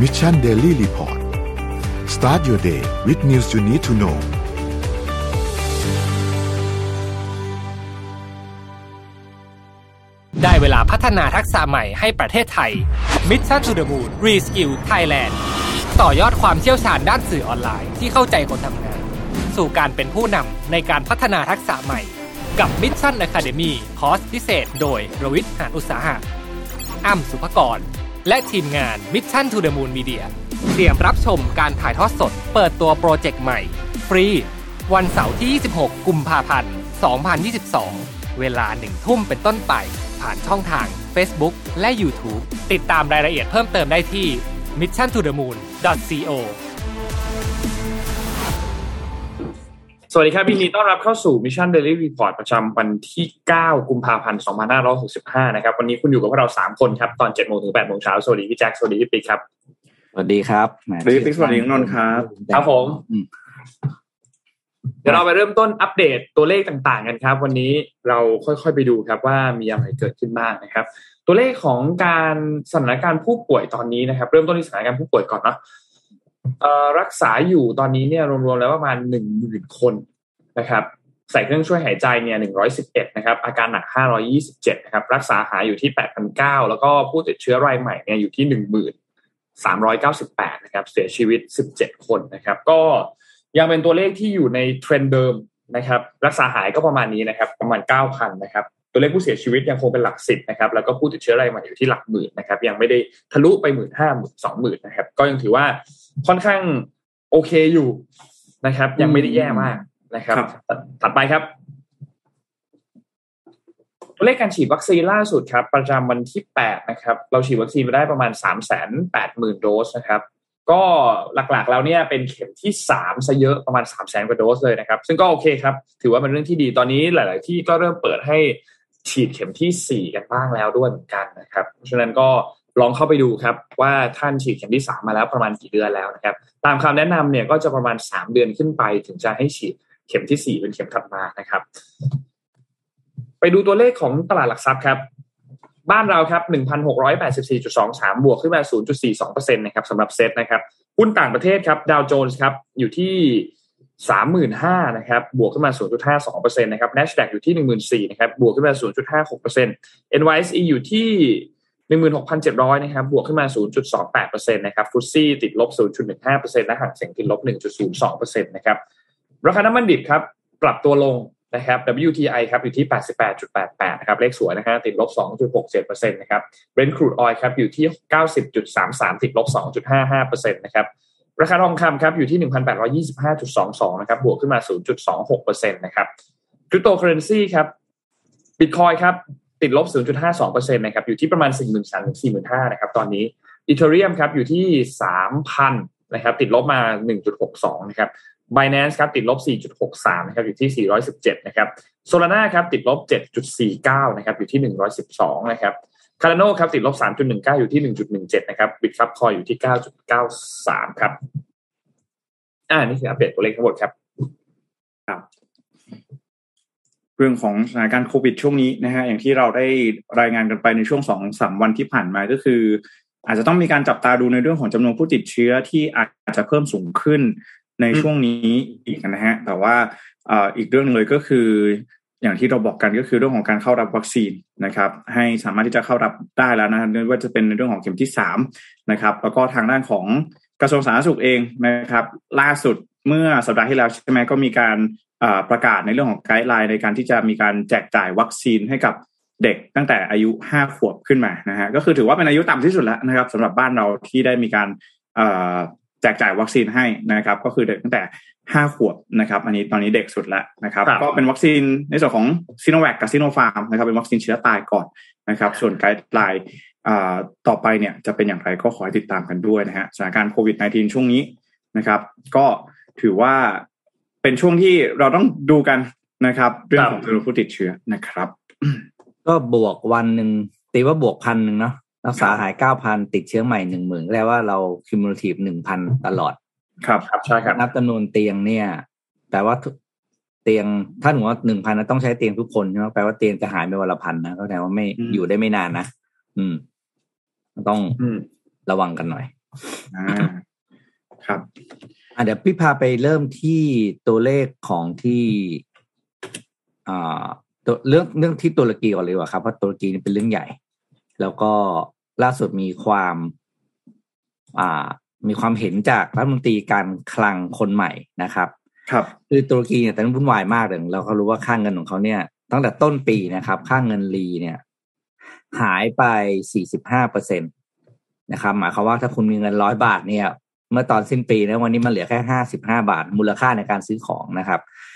Mission Daily Report Start your day with news you need to know ได้เวลาพัฒนาทักษะใหม่ให้ประเทศไทย Mission to the Moon Reskill Thailand ต่อยอดความเชี่ยวชาญด้านสื่อออนไลน์ที่เข้าใจคนทำงานสู่การเป็นผู้นำในการพัฒนาทักษะใหม่กับ Mission Academy คอร์สพิเศษโดยรวิทย์ หานอุตสาหะอ้ำสุภกรและทีมงาน Mission to the Moon Media เตรียมรับชมการถ่ายทอดสดเปิดตัวโปรเจกต์ใหม่ฟรีวันเสาร์ที่ 26 กุมภาพันธ์ 2022 เวลา 1 ทุ่มเป็นต้นไปผ่านช่องทาง Facebook และ YouTube ติดตามรายละเอียดเพิ่มเติมได้ที่ missiontothemoon.co สวัสดีครับยินดีต้อนรับเข้าสู่ Mission Daily Report ประจำวันที่ 9 กุมภาพันธ์ 2565 นะครับวันนี้คุณอยู่กับพวกเรา 3 คนครับตอน 7:00 น. ถึง 8:00 น. เช้าสวัสดีพี่แจ็คสวัสดีพี่ปิ๊กครับสวัสดีครับสวัสดีปิ๊กสวัสดีนนท์ครับครับผมเดี๋ยวเราไปเริ่มต้นอัปเดตตัวเลขต่างๆกันครับวันนี้เราค่อยๆไปดูครับว่ามีอะไรเกิดขึ้นบ้างนะครับตัวเลขของการสถานการณ์ผู้ป่วยตอนนี้นะครับเริ่มต้นที่สถานการณ์ผู้ป่วยก่อนเนาะรักษาอยู่ตอนนี้เนี่ยรวมๆแล้วประมาณ 10,000 คนนะครับใส่เครื่องช่วยหายใจเนี่ย111นะครับอาการหนัก527นะครับรักษาหายอยู่ที่ 8,900 แล้วก็ผู้ติดเชื้อรายใหม่เนี่ยอยู่ที่ 10,398 นะครับเสียชีวิต17คนนะครับก็ยังเป็นตัวเลขที่อยู่ในเทรนด์เดิมนะครับรักษาหายก็ประมาณนี้นะครับประมาณ 9,000 นะครับตัวเลขผู้เสียชีวิตยังคงเป็นหลัก10นะครับแล้วก็ผู้ติดเชื้อรายใหม่อยู่ที่หลักหมื่นนะครับยังไม่ได้ทะลุไป 15,000 20,000 นะครับก็ยังถือว่าค่อนข้างโอเคอยู่นะครับยังไม่ได้แย่มากนะครับถัดไปครับตัวเลขการฉีดวัคซีนล่าสุดครับประจำวันที่8นะครับเราฉีดวัคซีนไปได้ประมาณ 380,000 โดสนะครับก็หลักๆแล้วเนี่ยเป็นเข็มที่3ซะเยอะประมาณ 300,000 กว่าโดสเลยนะครับซึ่งก็โอเคครับถือว่าเป็นเรื่องที่ดีตอนนี้หลายๆที่ก็เริ่มเปิดให้ฉีดเข็มที่4กันบ้างแล้วด้วยเหมือนกันนะครับเพราะฉะนั้นก็ลองเข้าไปดูครับว่าท่านฉีดเข็มที่3มาแล้วประมาณกี่เดือนแล้วนะครับตามคำแนะนำเนี่ยก็จะประมาณ3เดือนขึ้นไปถึงจะให้ฉีดเข็มที่4เป็นเข็มถัดมานะครับไปดูตัวเลขของตลาดหลักทรัพย์ครับบ้านเราครับ 1,684.23 บวกขึ้นมา 0.42% นะครับสำหรับเซ็ตนะครับหุ้นต่างประเทศครับดาวโจนส์ครับอยู่ที่ 35,000 นะครับบวกขึ้นมา 0.52% นะครับ NASDAQ อยู่ที่ 14,000 นะครับบวกขึ้นมา 0.56% NYSE อยู่ที่ 16,700 นะครับบวกขึ้นมา 0.28% นะครับฟุตซี่ติดลบ 0.15% และหางเส็งติดลบ 1.02% นะครับราคาน้ำมันดิบครับปรับตัวลงนะครับ WTI ครับอยู่ที่ 88.88 นะครับเลขสวยนะฮะติดลบ 2.67% นะครับ Brent crude oil ครับอยู่ที่ 90.33 ติดลบ 2.55% นะครับราคาทองคำครับอยู่ที่ 1,825.22 นะครับบวกขึ้นมา 0.26% นะครับคริปโตเคอเรนซีครับ Bitcoin ครับติดลบ 0.52% นะครับอยู่ที่ประมาณ 43,000 ถึง 45,000 นะครับตอนนี้ Ethereum ครับอยู่ที่ 3,000 นะครับติดลบมา 1.62 นะครับBinance ครับติดลบ 4.63 นะครับอยู่ที่417นะครับ Solana ครับติดลบ 7.49 นะครับอยู่ที่112นะครับ Cardano ครับติดลบ 3.19 อยู่ที่ 1.17 นะครับ Bitcoin อยู่ที่ 9.93 ครับนี่คืออัปเดตตัวเลขทั้งหมดครับเรื่องของสถานการณ์โควิดช่วงนี้นะฮะอย่างที่เราได้รายงานกันไปในช่วง 2-3 วันที่ผ่านมาก็คืออาจจะต้องมีการจับตาดูในเรื่องของจำนวนผู้ติดเชื้อที่อาจจะเพิ่มสูงขึ้นในช่วงนี้อีกนะฮะแต่ว่าอีกเรื่องนึงเลยก็คืออย่างที่เราบอกกันก็คือเรื่องของการเข้ารับวัคซีนนะครับให้สามารถที่จะเข้ารับได้แล้วนะไม่ว่าจะเป็นในเรื่องของเข็มที่3นะครับแล้วก็ทางด้านของกระทรวงสาธารณสุขเองนะครับล่าสุดเมื่อสัปดาห์ที่แล้วใช่ไหมก็มีการประกาศในเรื่องของไกด์ไลน์ในการที่จะมีการแจกจ่ายวัคซีนให้กับเด็กตั้งแต่อายุ5 ขวบขึ้นมานะฮะก็คือถือว่าเป็นอายุต่ำที่สุดแล้วนะครับสำหรับบ้านเราที่ได้มีการแจกจ่ายวัคซีนให้นะครับก็คือเด็กตั้งแต่5 ขวบนะครับอันนี้ตอนนี้เด็กสุดแล้วนะครับก็เป็นวัคซีนในส่วนของซิโนแวคกับซิโนฟาร์มนะครับเป็นวัคซีนเชื้อตายก่อนนะครับส่วนไกด์ไลน์ต่อไปเนี่ยจะเป็นอย่างไรก็ขอให้ติดตามกันด้วยนะฮะสถานการณ์โควิด -19 ช่วงนี้นะครับก็ถือว่าเป็นช่วงที่เราต้องดูกันนะครับเรื่องของจำนวนผู้ติดเชื้อนะครับก็บวกวันนึงตีว่าบวก 1,000 เนาะรักษาหาย 9,000 ติดเชื้อใหม่ 10,000 แปลว่าเราคิมูเลทีฟ 1,000 ตลอดครับใช่ครับนับจำนวนเตียงเนี่ยแปลว่าเตียงถ้าหนูว่า 1,000 นะต้องใช้เตียงทุกคนใช่ไหมแปลว่าเตียงจะหายไปวันละ 1,000 นะก็แปลว่าไม่อยู่ได้ไม่นานนะต้องระวังกันหน่อยครับเดี๋ยวพี่พาไปเริ่มที่ตัวเลขของที่ตัวเรื่องที่ตุรกีก่อนเลยว่าครับเพราะตุรกีนี่เป็นเรื่องใหญ่แล้วก็ล่าสุดมีความเห็นจากรัฐมนตรีการคลังคนใหม่นะครับครับคือตุรกีเนี่ยแต่นั้นวุ่นวายมากเลยเราก็รู้ว่าค่าเงินของเขาเนี่ยตั้งแต่ต้นปีนะครับค่าเงินลีเนี่ยหายไป 45% นะครับหมายความว่าถ้าคุณมีเงิน100 บาทเนี่ยเมื่อตอนสิ้นปีนะวันนี้มันเหลือแค่55 บาทมูลค่าในการซื้อของนะครับ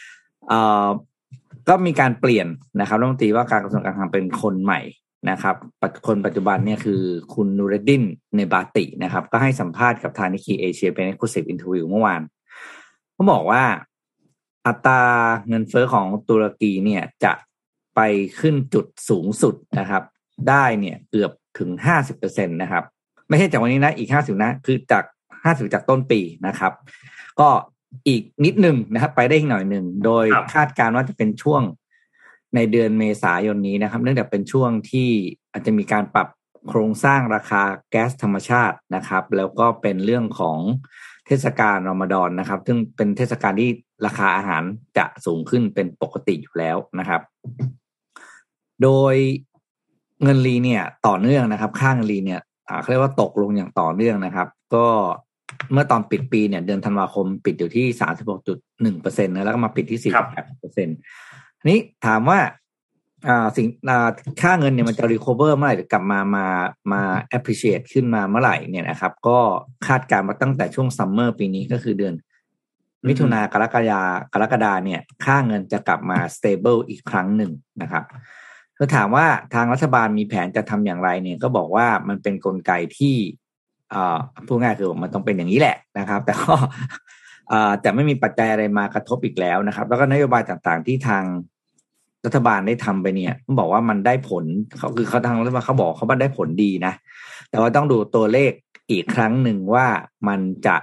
ก็มีการเปลี่ยนนะครับรัฐมนตรีว่าการกระทรวงการคลังเป็นคนใหม่นะครับคนปัจจุบันเนี่ยคือคุณนูเรดดินเนบาตินะครับก็ให้สัมภาษณ์กับทางนิเคเอเชียเป็น Exclusive Interview เมื่อวานเขาบอกว่าอัตราเงินเฟ้อของตุรกีเนี่ยจะไปขึ้นจุดสูงสุดนะครับได้เนี่ยเกือบถึง 50% นะครับไม่ใช่จากวันนี้นะอีก50นะคือจาก50จากต้นปีนะครับก็อีกนิดนึงนะครับไปได้อีกหน่อยนึงโดยคาดการณ์ว่าจะเป็นช่วงในเดือนเมษายนนี้นะครับเนื่องจากเป็นช่วงที่อาจจะมีการปรับโครงสร้างราคาแก๊สธรรมชาตินะครับแล้วก็เป็นเรื่องของเทศกาลรอมฎอนนะครับซึ่งเป็นเทศกาลที่ราคาอาหารจะสูงขึ้นเป็นปกติอยู่แล้วนะครับโดยเงินลีเนี่ยต่อเนื่องนะครับค่าเงินลีเนี่ยเขาเรียกว่าตกลงอย่างต่อเนื่องนะครับก็เมื่อตอนปิดปีเนี่ยเดือนธันวาคมปิดอยู่ที่ 36.1% นะแล้วก็มาปิดที่ 48% นี้ถามว่าค่าเงินเนี่ยมันจะ recover เมื่อไหร่หรือกลับมา appreciate ขึ้นมาเมื่อไหร่เนี่ยนะครับก็คาดการณ์มาตั้งแต่ช่วง summer ปีนี้ก็คือเดือนมิถุนายนกรกฎาเนี่ยค่าเงินจะกลับมา stable อีกครั้งหนึ่งนะครับถ้าถามว่าทางรัฐบาลมีแผนจะทำอย่างไรเนี่ยก็บอกว่ามันเป็นกลไกที่พูดง่ายคือมันต้องเป็นอย่างนี้แหละนะครับแต่ก็จะไม่มีปัจจัยอะไรมากระทบอีกแล้วนะครับแล้วก็นโยบายต่างๆที่ทางรัฐบาลได้ทำไปเนี่ยต้องบอกว่ามันได้ผลเขาทางรัฐบาลเขาบอกเขาได้ผลดีนะแต่ว่าต้องดูตัวเลขอีกครั้งหนึ่งว่ามันจะ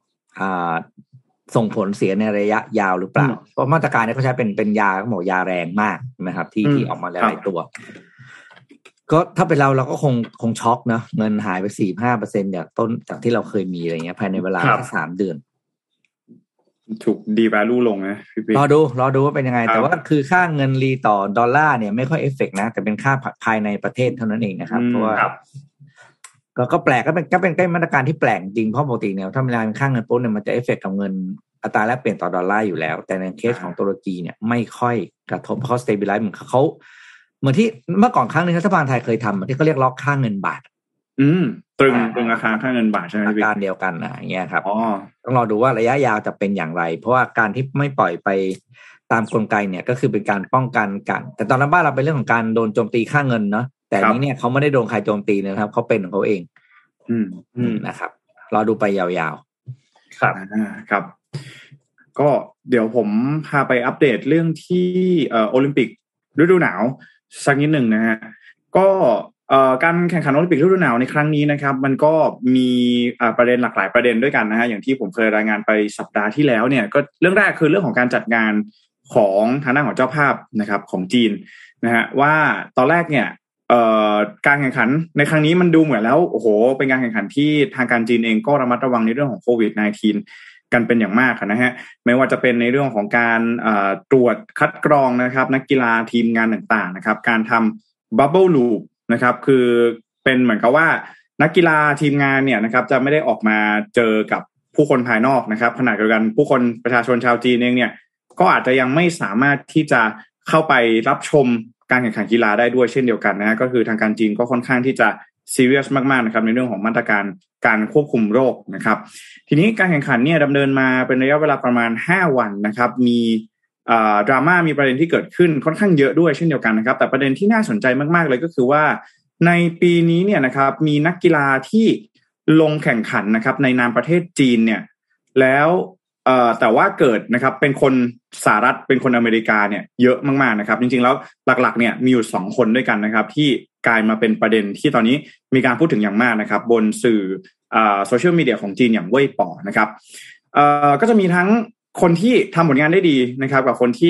ส่งผลเสียในระยะยาวหรือเปล่าเพราะมาตรการนี้เขาใช้เป็นยาเขาบอกยาแรงมากนะครับที่ออกมาหลายตัวก็ถ้าเป็นเราก็คงช็อกนะเงินหายไป 4-5% จากที่เราเคยมีอะไรเงี้ยภายในเวลาแค่3 เดือนถูกดีแวลูลงนะรอดูว่าเป็นยังไงแต่ว่าคือค่าเงินรีต่อดอลลาร์เนี่ยไม่ค่อยเอฟเฟกต์นะแต่เป็นค่าภายในประเทศเท่านั้นเองนะครับเพราะว่าก็แปลกก็เป็นมาตรการที่แปลกจริงเพราะปกติเนี่ยถ้าเวลาเป็นค่าเงินปุ๊บเนี่ยมันจะเอฟเฟกต์กับเงินอัตราแลกเปลี่ยนต่อดอลลาร์อยู่แล้วแต่ในเคสของตุรกีเนี่ยไม่ค่อยกระทบเพราะ stabilize เหมือนเขาเหมือนที่เมื่อก่อนครั้งนึงรัฐบาลไทยเคยทำที่เขาเรียกล็อกค่าเงินบาทตรึงราคาค่าเงินบาทใช่ไหมพี่การเดียวกันนะอย่างเงี้ยครับต้องรอดูว่าระยะยาวจะเป็นอย่างไรเพราะว่าการที่ไม่ปล่อยไปตามกลไกเนี่ยก็คือเป็นการป้องกันกันแต่ตอนนั้นบ้านเราเป็นเรื่องของการโดนโจมตีค่าเงินเนาะแต่นี้เนี่ยเขาไม่ได้โดนใครโจมตีนะครับเขาเป็นของเขาเองนะครับรอดูไปยาวๆครับก็เดี๋ยวผมพาไปอัปเดตเรื่องที่โอลิมปิกฤดูหนาวสักนิดหนึ่งนะฮะก็การแข่งขันโอลิมปิกฤดูหนาวในครั้งนี้นะครับมันก็มีประเด็นหลากหลายประเด็นด้วยกันนะฮะอย่างที่ผมเคยรายงานไปสัปดาห์ที่แล้วเนี่ยก็เรื่องแรกคือเรื่องของการจัดงานของทางด้านของเจ้าภาพนะครับของจีนนะฮะว่าตอนแรกเนี่ยการแข่งขันในครั้งนี้มันดูเหมือนแล้วโอ้โหเป็นการแข่งขันที่ทางการจีนเองก็ระมัดระวังในเรื่องของโควิด -19 กันเป็นอย่างมากนะฮะไม่ว่าจะเป็นในเรื่องของการตรวจคัดกรองนะครับนักกีฬาทีมงานต่างๆนะครับการทำบับเบิ้ลลูปนะครับคือเป็นเหมือนกับว่านักกีฬาทีมงานเนี่ยนะครับจะไม่ได้ออกมาเจอกับผู้คนภายนอกนะครับขณะเดียวกันผู้คนประชาชนชาวจีนเองเนี่ยก็อาจจะยังไม่สามารถที่จะเข้าไปรับชมการแข่งขันกีฬาได้ด้วยเช่นเดียวกันนะก็คือทางการจีนก็ค่อนข้างที่จะซีเรียสมากๆนะครับในเรื่องของมาตรการการควบคุมโรคนะครับทีนี้การแข่งขันเนี่ยดำเนินมาเป็นระยะเวลาประมาณ5 วันนะครับมีดราม่ามีประเด็นที่เกิดขึ้นค่อนข้างเยอะด้วยเช่นเดียวกันนะครับแต่ประเด็นที่น่าสนใจมากๆเลยก็คือว่าในปีนี้เนี่ยนะครับมีนักกีฬาที่ลงแข่งขันนะครับในนามประเทศจีนเนี่ยแล้วแต่ว่าเกิดนะครับเป็นคนสหรัฐเป็นคนอเมริกาเนี่ยเยอะมากๆนะครับจริงๆแล้วหลักๆเนี่ยมีอยู่2 คนด้วยกันนะครับที่กลายมาเป็นประเด็นที่ตอนนี้มีการพูดถึงอย่างมากนะครับบนสื่อโซเชียลมีเดียของจีนอย่างเว่ยป๋อนะครับก็จะมีทั้งคนที่ทำผลงานได้ดีนะครับกับคนที่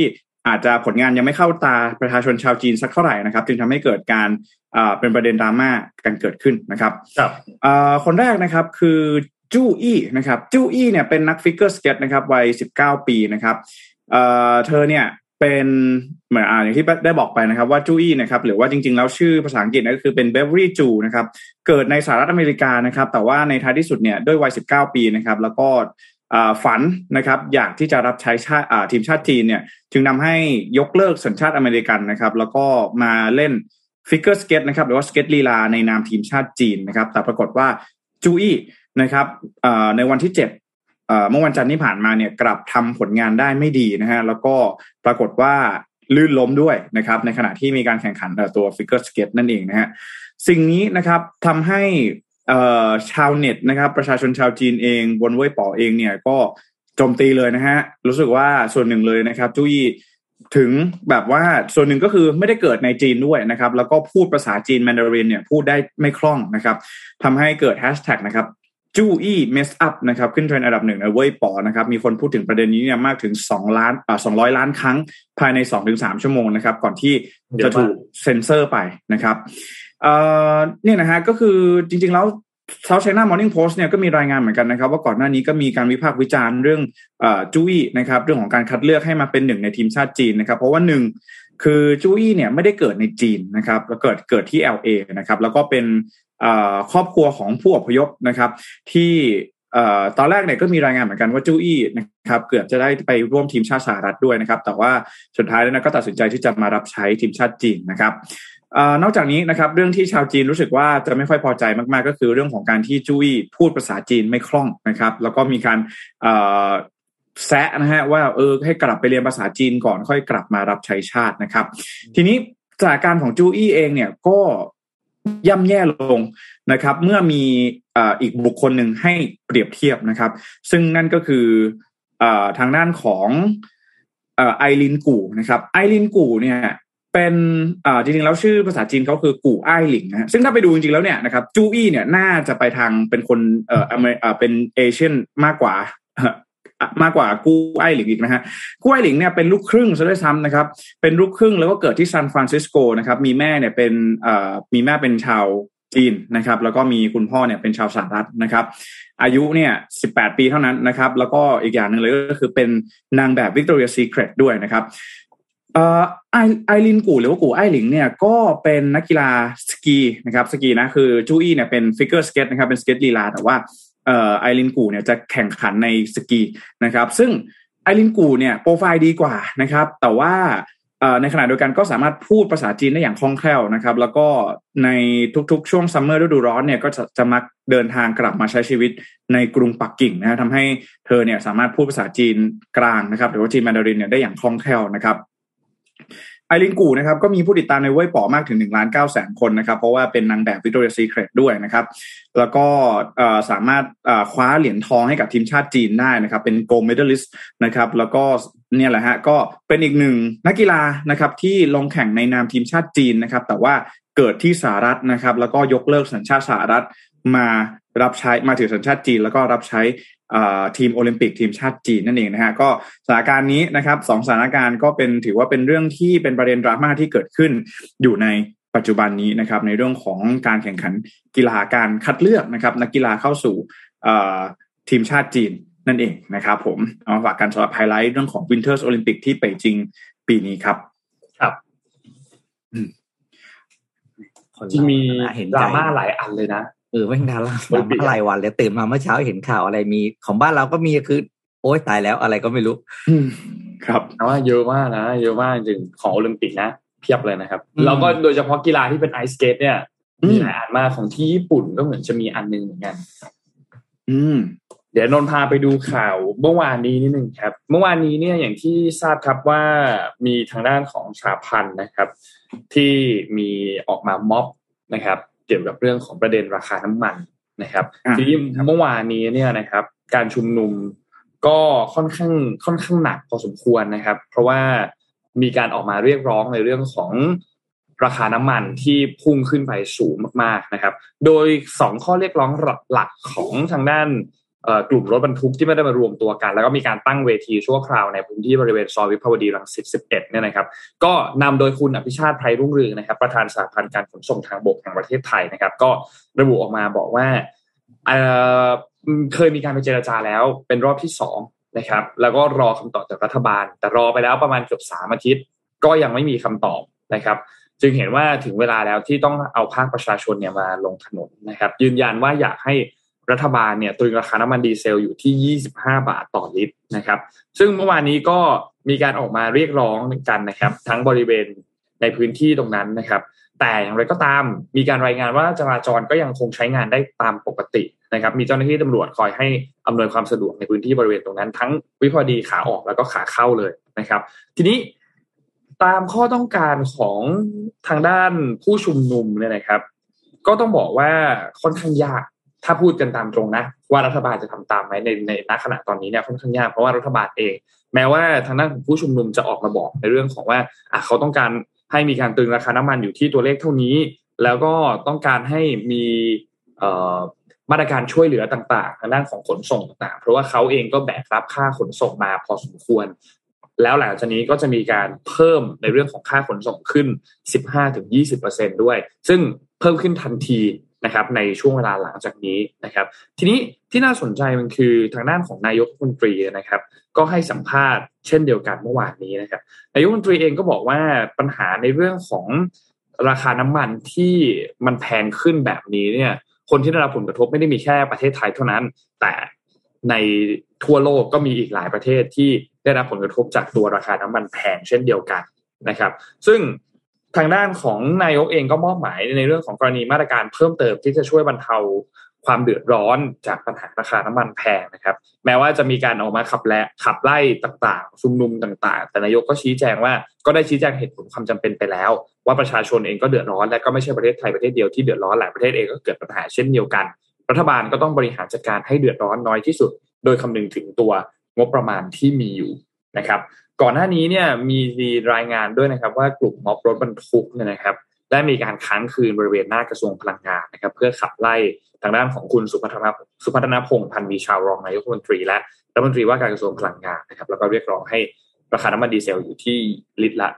อาจจะผลงานยังไม่เข้าตาประชาชนชาวจีนสักเท่าไหร่นะครับจึงทำให้เกิดการเป็นประเด็นดราม่ากันเกิดขึ้นนะครับคนแรกนะครับคือจู้อี้นะครับจู้อี้เนี่ยเป็นนักฟิกเกอร์สเก็ตนะครับวัย19ปีนะครับเธอเนี่ยเป็นเหมือนอย่างที่ได้บอกไปนะครับว่าจู้อี้นะครับหรือว่าจริงๆแล้วชื่อภาษาอังกฤษก็คือเป็นเบเวอรี่จูนะครับเกิดในสหรัฐอเมริกานะครับแต่ว่าในท้ายที่สุดเนี่ยด้วยวัย19ปีนะครับแล้วก็ฝันนะครับอยากที่จะรับใช้ทีมชาติจีนเนี่ยจึงนำให้ยกเลิกสัญชาติอเมริกันนะครับแล้วก็มาเล่นฟิกเกอร์สเก็ตนะครับหรือว่าสเก็ตลีลาในนามทีมชาติจีนนะครับแต่ปรากฏว่าจูอี้นะครับในวันที่7เมื่อวันจันทร์ที่ผ่านมาเนี่ยกลับทำผลงานได้ไม่ดีนะฮะแล้วก็ปรากฏว่าลื่นล้มด้วยนะครับในขณะที่มีการแข่งขันตัวฟิกเกอร์สเก็ตนั่นเองนะฮะสิ่งนี้นะครับทำให้ชาวเน็ตนะครับประชาชนชาวจีนเองบนเว่ยป๋อเองเนี่ยก็โจมตีเลยนะฮะรู้สึกว่าส่วนหนึ่งเลยนะครับจู้อี้ถึงแบบว่าส่วนหนึ่งก็คือไม่ได้เกิดในจีนด้วยนะครับแล้วก็พูดภาษาจีนแมนดารินเนี่ยพูดได้ไม่คล่องนะครับทำให้เกิดแฮชแท็กนะครับจู้อี้เมสอัพนะครับขึ้นเทรนด์อันดับ1ในเว่ยป๋อนะครับมีคนพูดถึงประเด็นนี้เนี่ยมากถึง200 ล้านครั้งภายใน 2-3 ชั่วโมงนะครับก่อนที่จะถูกเซ็นเซอร์ไปนะครับเนี่ยนะฮะก็คือจริงๆแล้วSouth China Morning Post เนี่ยก็มีรายงานเหมือนกันนะครับว่าก่อนหน้านี้ก็มีการวิพากษ์วิจารณ์เรื่องจู้อี้นะครับเรื่องของการคัดเลือกให้มาเป็นหนึ่งในทีมชาติจีนนะครับเพราะว่า1คือจู้อี้เนี่ยไม่ได้เกิดในจีนนะครับแล้วเกิดที่ LA นะครับแล้วก็เป็นครอบครัวของผู้อพยพนะครับที่ตอนแรกเนี่ยก็มีรายงานเหมือนกันว่าจู้อี้นะครับเกือบจะได้ไปร่วมทีมชาติสหรัฐด้วยนะครับแต่ว่าสุดท้ายแล้วก็ตัดสินใจที่จะมารับใช้ทีมชาติจีนนะครับนอกจากนี้นะครับเรื่องที่ชาวจีนรู้สึกว่าจะไม่ค่อยพอใจมากๆก็คือเรื่องของการที่จู้อี้พูดภาษาจีนไม่คล่องนะครับแล้วก็มีการแซะนะฮะว่าให้กลับไปเรียนภาษาจีนก่อนค่อยกลับมารับใช้ชาตินะครับทีนี้สถานการณ์ของจู้อี้เองเนี่ยก็ย่ำแย่ลงนะครับเมื่อมีอีกบุคคลหนึ่งให้เปรียบเทียบนะครับซึ่งนั่นก็คือทางด้านของไอรินกู่นะครับไอรินกู่เนี่ยเป็นจริงๆแล้วชื่อภาษาจีนเขาคือกู่อ้ายหลิงนะซึ่งถ้าไปดูจริงๆแล้วเนี่ยนะครับจู้อี้เนี่ยน่าจะไปทางเป็นคนเป็นเอเชียนมากกว่ากู้อ้ายหลิงอีกนะฮะกู้อ้ายหลิงเนี่ยเป็นลูกครึ่งซะด้วยซ้ำนะครับเป็นลูกครึ่งแล้วก็เกิดที่ซานฟรานซิสโกนะครับมีแม่เนี่ยเป็นมีแม่เป็นชาวจีนนะครับแล้วก็มีคุณพ่อเนี่ยเป็นชาวสหรัฐนะครับอายุเนี่ย18ปีเท่านั้นนะครับแล้วก็อีกอย่างนึงเลยก็คือเป็นนางแบบ Victoria's Secret ด้วยนะครับไอรินกู่หรือว่ากู่อ้ายหลิงเนี่ยก็เป็นนักกีฬาสกีนะครับสกีนะคือจู้อี้เนี่ยเป็นฟิกเกอร์สเก็ตนะครับเป็นสเก็ตลีลาแต่ว่าไอรินกู่เนี่ยจะแข่งขันในสกีนะครับซึ่งไอรินกู่เนี่ยโปรไฟล์ดีกว่านะครับแต่ว่าในขณะเดียวกันก็สามารถพูดภาษาจีนได้อย่างคล่องแคล่วนะครับแล้วก็ในทุกๆช่วงซัมเมอร์ฤดูร้อนเนี่ยก็จะมักเดินทางกลับมาใช้ชีวิตในกรุงปักกิ่งนะทำให้เธอเนี่ยสามารถพูดภาษาจีนกลางนะครับหรือว่าจีนแมนดารินเนี่ยได้อย่างคล่องแคล่วนะครับไอรินกู่นะครับก็มีผู้ติดตามในเว่ยป๋อมากถึง 1,900,000 คนนะครับเพราะว่าเป็นนางแบบ Victoria's Secret ด้วยนะครับแล้วก็สามารถคว้าเหรียญทองให้กับทีมชาติจีนได้นะครับเป็น Gold Medalist นะครับแล้วก็เนี่ยแหละฮะก็เป็นอีกหนึ่งนักกีฬานะครับที่ลงแข่งในนามทีมชาติจีนนะครับแต่ว่าเกิดที่สหรัฐนะครับแล้วก็ยกเลิกสัญชาติสหรัฐมารับใช้มาถือสัญชาติจีนแล้วก็รับใช้ทีมโอลิมปิกทีมชาติจีนนั่นเองนะฮะก็สถานการณ์นี้นะครับ2สถานการณ์ก็เป็นถือว่าเป็นเรื่องที่เป็นประเด็นดราม่าที่เกิดขึ้นอยู่ในปัจจุบันนี้นะครับในเรื่องของการแข่งขันกีฬาการคัดเลือกนะครับนักกีฬาเข้าสู่ทีมชาติจีนนั่นเองนะครับผมเอามาฝากกันสำหรับไฮไลท์เรื่องของ Winters Olympic ที่เป่ยจิงปีนี้ครับครับจริงมีดราม่าหลายอันเลยนะแม่งดราม่ารายวันเลยตื่นมาเมื่อเช้าเห็นข่าวอะไรมีของบ้านเราก็มีคือโอ๊ยตายแล้วอะไรก็ไม่รู้ครับว่าเยอะมากนะเยอะมากจริงของโอลิมปิกนะเพียบเลยนะครับแล้วก็โดยเฉพาะกีฬาที่เป็นไอสเกตเนี่ยมีหลายอันมากของที่ญี่ปุ่นก็เหมือนจะมีอันนึงเหมือนกันเดี๋ยวนนท์พาไปดูข่าวเมื่อวานนี้นิดนึงครับเมื่อวานนี้เนี่ยอย่างที่ทราบครับว่ามีทางด้านของสหพันธ์นะครับที่มีออกมาม็อบนะครับเกี่ยวกับเรื่องของประเด็นราคาน้ำมันนะครับทีนี้เมื่อวานนี้เนี่ยนะครับการชุมนุมก็ค่อนข้างหนักพอสมควรนะครับเพราะว่ามีการออกมาเรียกร้องในเรื่องของราคาน้ำมันที่พุ่งขึ้นไปสูงมากๆนะครับโดย2ข้อเรียกร้องหลักของทางด้านกลุ่มรถบรรทุกที่ไม่ได้มารวมตัวกันแล้วก็มีการตั้งเวทีชั่วคราวในพื้นที่บริเวณซอยวิภาวดีรังสิต11เนี่ยนะครับก็นำโดยคุณอภิชาติไพรรุ่งเรืองนะครับประธานสหพันธ์การขนส่งทางบกแห่งประเทศไทยนะครับก็ระบุออกมาบอกว่าเคยมีการไปเจรจาแล้วเป็นรอบที่2นะครับแล้วก็รอคำตอบจากรัฐบาลแต่รอไปแล้วประมาณเกือบ3อาทิตย์ก็ยังไม่มีคำตอบนะครับจึงเห็นว่าถึงเวลาแล้วที่ต้องเอาภาคประชาชนเนี่ยมาลงถนนนะครับยืนยันว่าอยากให้รัฐบาลเนี่ยตรึงราคาน้ำมันดีเซลอยู่ที่25 บาทต่อลิตรนะครับซึ่งเมื่อวานนี้ก็มีการออกมาเรียกร้องกันนะครับทั้งบริเวณในพื้นที่ตรงนั้นนะครับแต่อย่างไรก็ตามมีการรายงานว่าจราจรก็ยังคงใช้งานได้ตามปกตินะครับมีเจ้าหน้าที่ตำรวจคอยให้อำนวยความสะดวกในพื้นที่บริเวณตรงนั้นทั้งวิภาวดีขาออกแล้วก็ขาเข้าเลยนะครับทีนี้ตามข้อต้องการของทางด้านผู้ชุมนุมเนี่ยนะครับก็ต้องบอกว่าค่อนข้างยากถ้าพูดกันตามตรงนะว่ารัฐบาลจะทำตามไหมในณขณะตอนนี้เนี่ยค่อนข้างยากเพราะว่ารัฐบาลเองแม้ว่าทางด้านของผู้ชุมนุมจะออกมาบอกในเรื่องของว่าเขาต้องการให้มีการตรึงราคาน้ำมันอยู่ที่ตัวเลขเท่านี้แล้วก็ต้องการให้มีมาตรการช่วยเหลือต่างๆทางด้านของขนส่งต่างๆเพราะว่าเขาเองก็แบกรับค่าขนส่งมาพอสมควรแล้วหลังจากนี้ก็จะมีการเพิ่มในเรื่องของค่าขนส่งขึ้น 15-20% ด้วยซึ่งเพิ่มขึ้นทันทีนะครับในช่วงเวลาหลังจากนี้นะครับทีนี้ที่น่าสนใจมันคือทางด้านของนายกรัฐมนตรีนะครับก็ให้สัมภาษณ์เช่นเดียวกันเมื่อวานนี้นะครับนายกรัฐมนตรีเองก็บอกว่าปัญหาในเรื่องของราคาน้ำมันที่มันแพงขึ้นแบบนี้เนี่ยคนที่ได้รับผลกระทบไม่ได้มีแค่ประเทศไทยเท่านั้นแต่ในทั่วโลกก็มีอีกหลายประเทศที่ได้รับผลกระทบจากตัวราคาน้ำมันแพงเช่นเดียวกันนะครับซึ่งทางด้านของนายกเองก็มอบหมายในเรื่องของกรณีมาตรการเพิ่มเติมที่จะช่วยบรรเทาความเดือดร้อนจากปัญหาราคาน้ำมันแพงนะครับแม้ว่าจะมีการออกมาขับไล่ต่างๆชุมนุมต่างๆแต่นายกก็ชี้แจงว่าก็ได้ชี้แจงเหตุผลความจำเป็นไปแล้วว่าประชาชนเองก็เดือดร้อนและก็ไม่ใช่ประเทศไทยประเทศเดียวที่เดือดร้อนหลายประเทศเองก็เกิดปัญหาเช่นเดียวกันรัฐบาลก็ต้องบริหารจัดการให้เดือดร้อนน้อยที่สุดโดยคำนึงถึงตัวงบประมาณที่มีอยู่นะครับก่อนหน้านี้เนี่ยมีรายงานด้วยนะครับว่ากลุ่มม็อบรถบรรทุกเนี่ยนะครับได้มีการค้างคืนบริเวณหน้ากระทรวงพลังงานนะครับเพื่อขับไล่ทางด้านของคุณสุพัฒนพงษ์พันธ์มีชาวรองนายกรัฐมนตรีและรัฐมนตรีว่าการกระทรวงพลังงานนะครับแล้วก็เรียกร้องให้ราคาน้ำมันดีเซลอยู่ที่ลิตรละ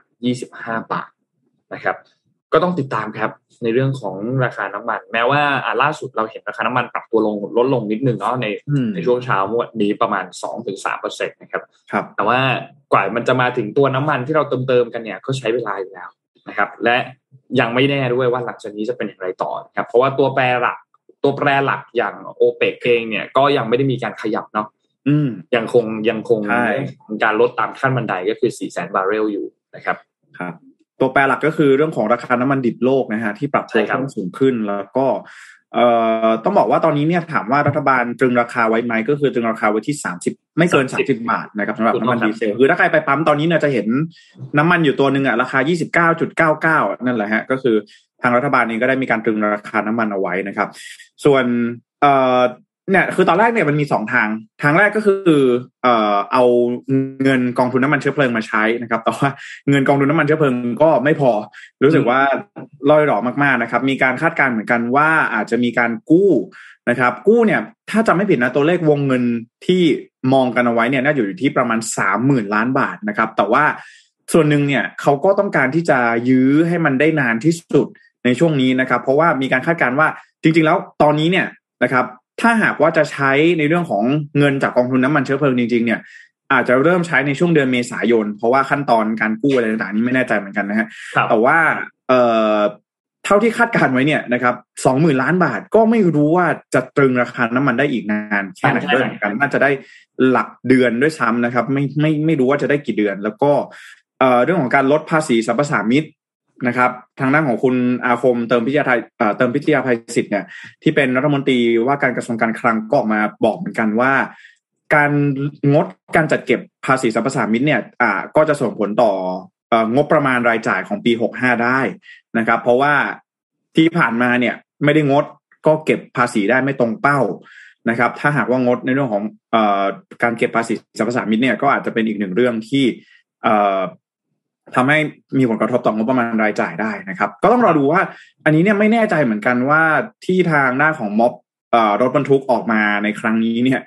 25 บาทนะครับก็ต้องติดตามครับในเรื่องของราคาน้ำมันแม้ว่าล่าสุดเราเห็นราคาน้ำมันปรับตัวลดลงนิดนึงเนาะในช่วงเช้าวันนี้ประมาณ 2-3% นะครับแต่ว่ากว่ามันจะมาถึงตัวน้ำมันที่เราเติมกันเนี่ยก็ใช้เวลาอยู่แล้วนะครับและยังไม่แน่ด้วยว่าหลังจากนี้จะเป็นอย่างไรต่อครับเพราะว่าตัวแปรหลักอย่างโอเปกเองเนี่ยก็ยังไม่ได้มีการขยับเนาะยังคงการลดตามขั้นบันไดก็คือ 400,000 บาร์เรลอยู่นะครับครับตัวแปรหลักก็คือเรื่องของราคาน้ำมันดิบโลกนะฮะที่ปรับตัวเพิ่มสูงขึ้นแล้วก็ต้องบอกว่าตอนนี้เนี่ยถามว่ารัฐบาลตรึงราคาไว้ไหมก็คือตรึงราคาไว้ที่30ไม่เกิน30 บาทนะครับสำหรับน้ำมันดีเซลคือถ้าใครไปปั๊มตอนนี้เนี่ยจะเห็นน้ำมันอยู่ตัวนึงราคา 29.99 นั่นแหละฮะก็คือทางรัฐบาลเองก็ได้มีการตรึงราคาน้ำมันเอาไว้นะครับส่วนเนี่ยคือตอนแรกเนี่ยมันมี2ทางแรกก็คือเอาเงินกองทุนน้ำมันเชื้อเพลิงมาใช้นะครับแต่ว่าเงินกองทุนน้ำมันเชื้อเพลิงก็ไม่พอรู้สึกว่าล่อยหลอมากๆนะครับมีการคาดการณ์เหมือนกันว่าอาจจะมีการกู้นะครับกู้เนี่ยถ้าจำไม่ผิดนะตัวเลขวงเงินที่มองกันเอาไว้เนี่ยน่าอยู่ที่ประมาณ 30,000 ล้านบาทนะครับแต่ว่าส่วนหนึ่งเนี่ยเขาก็ต้องการที่จะยื้อให้มันได้นานที่สุดในช่วงนี้นะครับเพราะว่ามีการคาดการณ์ว่าจริงๆแล้วตอนนี้เนี่ยนะครับถ้าหากว่าจะใช้ในเรื่องของเงินจากกองทุนน้ำมันเชื้อเพลิงจริงๆเนี่ยอาจจะเริ่มใช้ในช่วงเดือนเมษายนเพราะว่าขั้นตอนการกู้อะไรต่างๆนี้ไม่แน่ใจเหมือนกันนะฮะแต่ว่าเท่าที่คาดการไว้เนี่ยนะครับ 20,000 ล้านบาทก็ไม่รู้ว่าจะตรึงราคาน้ำมันได้อีกนานแค่ไหนด้วยเหมือนกันน่าจะได้หลักเดือนด้วยซ้ำนะครับไม่รู้ว่าจะได้กี่เดือนแล้วก็เรื่องของการลดภาษีสรรพสามิตนะครับทางด้านของคุณอาคมเติมพิทยาภัยศิษย์เนี่ยที่เป็นรัฐมนตรีว่าการกระทรวงการคลังก็ออกมาบอกเหมือนกันว่าการงดการจัดเก็บภาษีสรรพสามิตเนี่ยก็จะส่งผลต่องบประมาณรายจ่ายของปี65ได้นะครับเพราะว่าที่ผ่านมาเนี่ยไม่ได้งดก็เก็บภาษีได้ไม่ตรงเป้านะครับถ้าหากว่างดในเรื่องของการเก็บภาษีสรรพสามิตเนี่ยก็อาจจะเป็นอีกหนึ่งเรื่องที่ทำให้มีผลกระทบต่องบประมาณรายจ่ายได้นะครับก็ต้องรอดูว่าอันนี้เนี่ยไม่แน่ใจเหมือนกันว่าที่ทางด้านของม็อบรถบรรทุกออกมาในครั้งนี้เนี่ย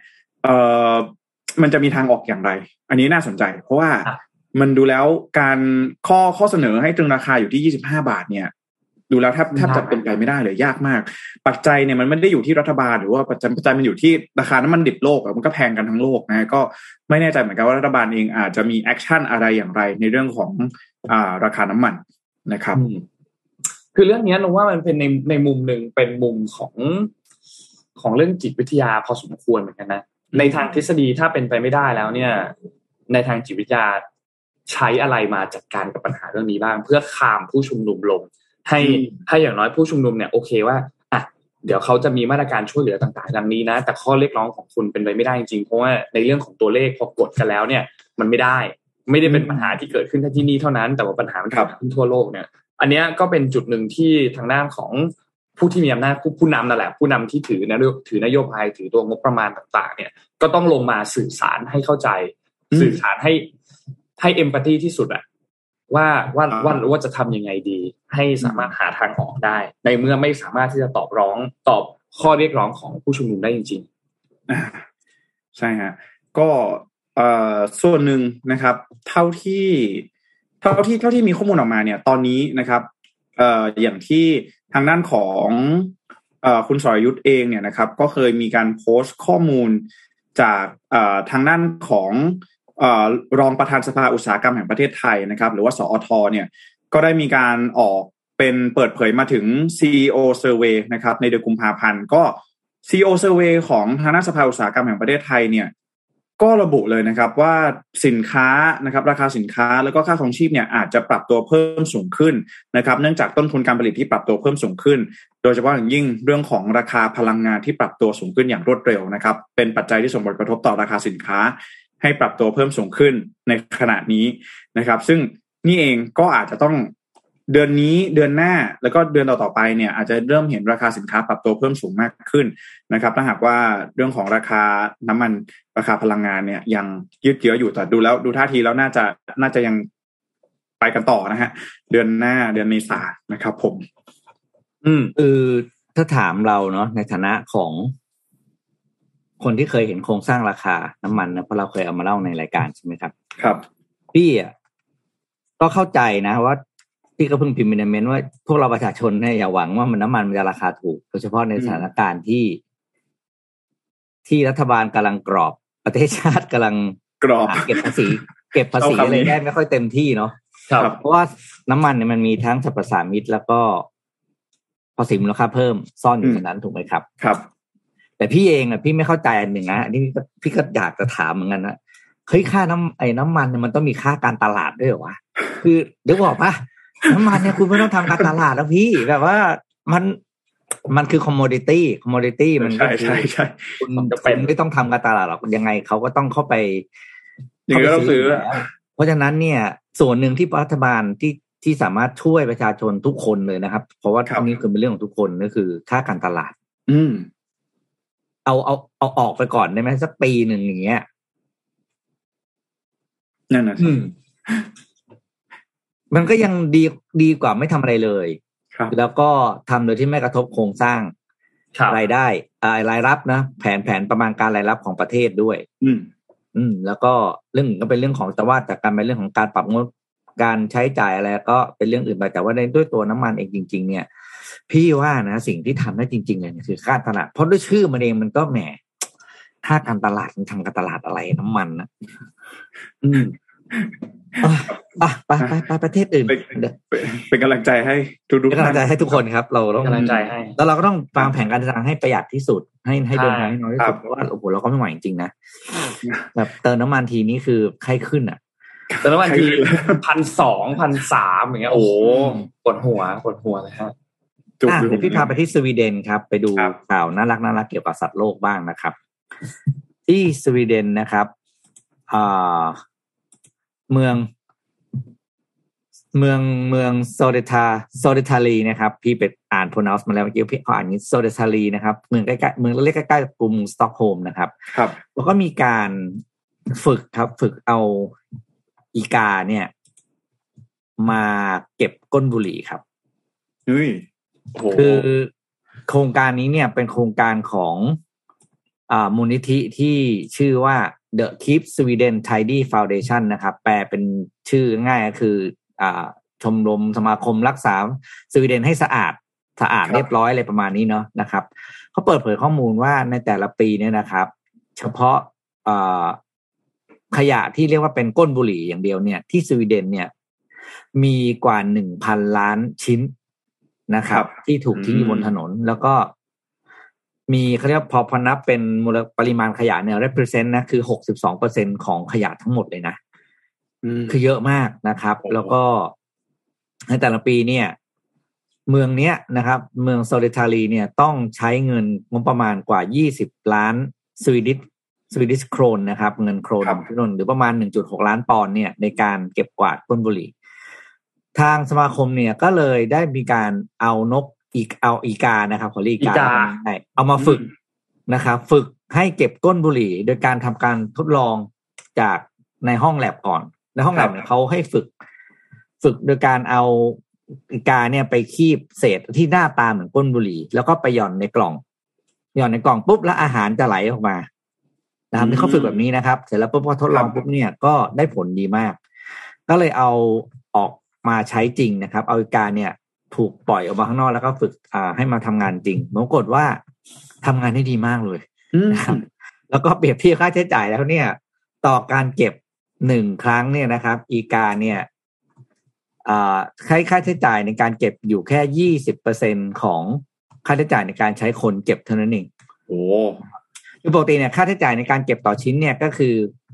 มันจะมีทางออกอย่างไรอันนี้น่าสนใจเพราะว่ามันดูแล้วการข้อเสนอให้ตรึงราคาอยู่ที่25 บาทเนี่ยดูแล้วแทบจะเป็นไปไม่ได้เลยยากมากปัจจัยเนี่ยมันไม่ได้อยู่ที่รัฐบาลหรือว่าปัจจัยมันอยู่ที่ราคาน้ำมันดิบโลกมันก็แพงกันทั้งโลกนะก็ไม่แน่ใจเหมือนกันว่ารัฐบาลเองอาจจะมีแอคชั่นอะไรอย่างไรในเรื่องของราคาน้ำมันนะครับคือเรื่องนี้นึกว่ามันเป็นในมุมหนึ่งเป็นมุมของเรื่องจิตวิทยาพอสมควรเหมือนกันนะในทางทฤษฎีถ้าเป็นไปไม่ได้แล้วเนี่ยในทางจิตวิทยาใช้อะไรมาจัดการกับปัญหาเรื่องนี้บ้างเพื่อคามผู้ชุมนุมลงให้อย่างน้อยผู้ชุมนุมเนี่ยโอเคว่าอ่ะเดี๋ยวเขาจะมีมาตรการช่วยเหลือต่างๆดังนี้นะแต่ข้อเรียกร้องของคุณเป็นไปไม่ได้จริงๆเพราะว่าในเรื่องของตัวเลขพอกดกันแล้วเนี่ยมันไม่ได้เป็นปัญหาที่เกิดขึ้นแค่ที่นี่เท่านั้นแต่ว่าปัญหามันเกิดขึ้นทั่วโลกเนี่ยอันนี้ก็เป็นจุดหนึ่งที่ทางด้านของผู้ที่มีอำนาจผู้นำนั่นแหละผู้นำที่ถือนโยบายถือตัวงบประมาณต่างๆเนี่ยก็ต้องลงมาสื่อสารให้เข้าใจสื่อสารให้เอมพัตตีที่สุดอะว่าจะทำยังไงดีให้สามารถหาทางออกได้ในเมื่อไม่สามารถที่จะตอบข้อเรียกร้องของผู้ชุมนุมได้จริงๆใช่ฮะก็ส่วนหนึ่งนะครับเท่าที่มีข้อมูลออกมาเนี่ยตอนนี้นะครับอย่างที่ทางด้านของคุณสรยุทธเองเนี่ยนะครับก็เคยมีการโพสต์ข้อมูลจากทางด้านของรองประธานสภาอุตสาหกรรมแห่งประเทศไทยนะครับหรือว่าสอท.เนี่ยก็ได้มีการออกเป็นเปิดเผยมาถึง CEO Survey นะครับในเดือนกุมภาพันธ์ก็ CEO Survey ของทางด้านสภาอุตสาหกรรมแห่งประเทศไทยเนี่ยก็ระบุเลยนะครับว่าสินค้านะครับราคาสินค้าแล้วก็ค่าครองชีพเนี่ยอาจจะปรับตัวเพิ่มสูงขึ้นนะครับเนื่องจากต้นทุนการผลิตที่ปรับตัวเพิ่มสูงขึ้นโดยเฉพาะอย่างยิ่งเรื่องของราคาพลังงานที่ปรับตัวสูงขึ้นอย่างรวดเร็วนะครับเป็นปัจจัยที่ส่งผลกระทบต่อราคาสินค้าให้ปรับตัวเพิ่มสูงขึ้นในขณะนี้นะครับซึ่งนี่เองก็อาจจะต้องเดือนนี้เดือนหน้าแล้วก็เดือนต่อๆไปเนี่ยอาจจะเริ่มเห็นราคาสินค้าปรับตัวเพิ่มสูงมากขึ้นนะครับถ้าหากว่าเรื่องของราคาน้ำมันราคาพลังงานเนี่ยยังยืดเยื้ออยู่แต่ดูท่าทีแล้วน่าจะยังไปกันต่อนะฮะเดือนหน้าเดือนเมษายนนะครับผมถ้าถามเราเนาะในฐานะของคนที่เคยเห็นโครงสร้างราคาน้ำมันนะเพราะเราเคยเอามาเล่าในรายการใช่ไหมครับครับพี่ก็เข้าใจนะว่าพี่ก็เพิ่งพิมพ์ในเมนต์ว่าพวกเราประชาชนเนี่ยอย่าหวังว่าน้ำมันจะราคาถูกโดยเฉพาะในสถานการณ์ที่รัฐบาลกำลังกรอบประเทศชาติกำลังกรอบเก็บภาษีอะไรได้ไม่ค่อยเต็มที่เนาะเพราะว่าน้ำมันเนี่ยมันมีทั้งสรรพสามิตแล้วก็ภาษีมูลค่าเพิ่มซ่อนอยู่ในนั้นถูกไหมครับครับแต่พี่เองพี่ไม่เข้าใจอันหนึ่งนะนี่พี่ก็อยากจะถามเหมือนกันนะเฮ้ยค่าน้ำมันเนี่ยมันต้องมีค่าการตลาดด้วยเหรอวะคือเดี๋ยวบอกป่ะน้ำมันเนี่ยคุณไม่ต้องทำการตลาดแล้วพี่แบบว่ามันคือคอมโมดิตี้มันใช่คุณไม่ต้องทำการตลาดหรอกยังไงเขาก็ต้องเข้าไปอย่างนี้ต้องซื้อเพราะฉะนั้นเนี่ยส่วนหนึ่งที่รัฐบาลที่สามารถช่วยประชาชนทุกคนเลยนะครับเพราะว่าตรงนี้คือเป็นเรื่องของทุกคนก็คือค่าการตลาดเอาออกไปก่อนได้ไหมสักปีหนึ่งอย่างเงี้ยนั่นน่ะมันก็ยังดีกว่าไม่ทำอะไรเลยแล้วก็ทำโดยที่ไม่กระทบโครงสร้างรายได้รายรับนะแผนประมาณการรายรับของประเทศด้วยแล้วก็เรื่องก็เป็นเรื่องของแต่ว่าจากการเป็นเรื่องของการปรับงบการใช้จ่ายอะไรก็เป็นเรื่องอื่นไปแต่ว่าในด้วยตัวน้ำมันเองจริงๆเนี่ยพี่ว่านะสิ่งที่ทำได้จริงๆเลยคือค่าตลาดเพราะด้วยชื่อมันเองมันก็แหมค่าการตลาดมันทำการตลาดอะไรน้ำมันนะไปประเทศอื่นเป็นกำลังใจให้ทุกกำลังใจให้ทุกคนครับเราต้องกำลังใจให้แล้วเราก็ต้องวางแผนการเดินทางให้ประหยัดที่สุดให้เดินทางให้น้อยที่สุดเพราะว่าโอ้โหเราก็ไม่ไหวจริงๆนะแบบเติมน้ำมันทีนี้คือไข้ขึ้นอ่ะเติมน้ำมันที 1,200 1,300 อย่างเงี้ยโอ้ปวดหัวเลยฮะเดี๋ยวพี่พาไปที่สวีเดนครับไปดูข่าวน่ารักเกี่ยวกับสัตว์โลกบ้างนะครับที่สวีเดนนะครับเมืองโซเดทาลีนะครับพี่ไปอ่าน pronounce มาแล้วเมื่อกี้พี่อ่านนี้โซเดทาลีนะครับเมืองใกล้ๆเมืองเล็กใกล้ๆกรุงสต็อกโฮล์มนะครับแล้วก็มีการฝึกเอาอีกาเนี่ยมาเก็บก้นบุหรี่ครับคือโครงการนี้เนี่ยเป็นโครงการของมูลนิธิที่ชื่อว่า The Keep Sweden Tidy Foundation นะครับแปลเป็นชื่อง่ายก็คือชมรมสมาคมรักษาสวีเดนให้สะอาดเรียบร้อยอะไรประมาณนี้เนาะนะครับเขาเปิดเผยข้อมูลว่าในแต่ละปีเนี่ยนะครับเฉพาะขยะที่เรียกว่าเป็นก้นบุหรี่อย่างเดียวเนี่ยที่สวีเดนเนี่ยมีกว่า 1,000 ล้านชิ้นนะครับที่ถูกทิ้งอยู่บนถนนแล้วก็มีเขาเรียกพอนับเป็นปริมาณขยะเนี่ย represent นะคือ 62% ของขยะทั้งหมดเลยนะคือเยอะมากนะครับแล้วก็ในแต่ละปีเนี่ยเมืองเนี้ยนะครับเมืองโซลิทารีเนี่ยต้องใช้เงินงบประมาณกว่า20ล้านสวีดิชโครนนะครับเงินโครนที่นั่นหรือประมาณ 1.6 ล้านปอนด์เนี่ยในการเก็บกวาดก้นบุหรี่ทางสมาคมเนี่ยก็เลยได้มีการเอาอีกานะครับขอเรียกอีกาเอามาฝึกนะครับฝึกให้เก็บก้นบุหรี่โดยการทำการทดลองจากในห้องแลบก่อนในห้องแลบเนี่ยเขาให้ฝึกโดยการเอาอีกาเนี่ยไปคีบเศษที่หน้าตาเหมือนก้นบุหรี่แล้วก็ไปหย่อนในกล่องปุ๊บแล้วอาหารจะไหลออกมานะครับที่เขาฝึกแบบนี้นะครับเสร็จแล้วปุ๊บพอทดลองปุ๊บเนี่ยก็ได้ผลดีมากก็เลยเอาออกมาใช้จริงนะครับเอาอีกาเนี่ยถูกปล่อยออกมาข้างนอกแล้วก็ฝึกให้มาทำงานจริงปรากฏว่าทำงานได้ดีมากเลยนะครับแล้วก็เปรียบเทียบค่าใช้จ่ายแล้วเนี่ยต่อการเก็บ1ครั้งเนี่ยนะครับอีกาเนี่ยค่าใช้จ่ายในการเก็บอยู่แค่ 20% ของค่าใช้จ่ายในการใช้คนเก็บเท่านั้นเองโอ้คือปกติเนี่ยค่าใช้จ่ายในการเก็บต่อชิ้นเนี่ยก็คือ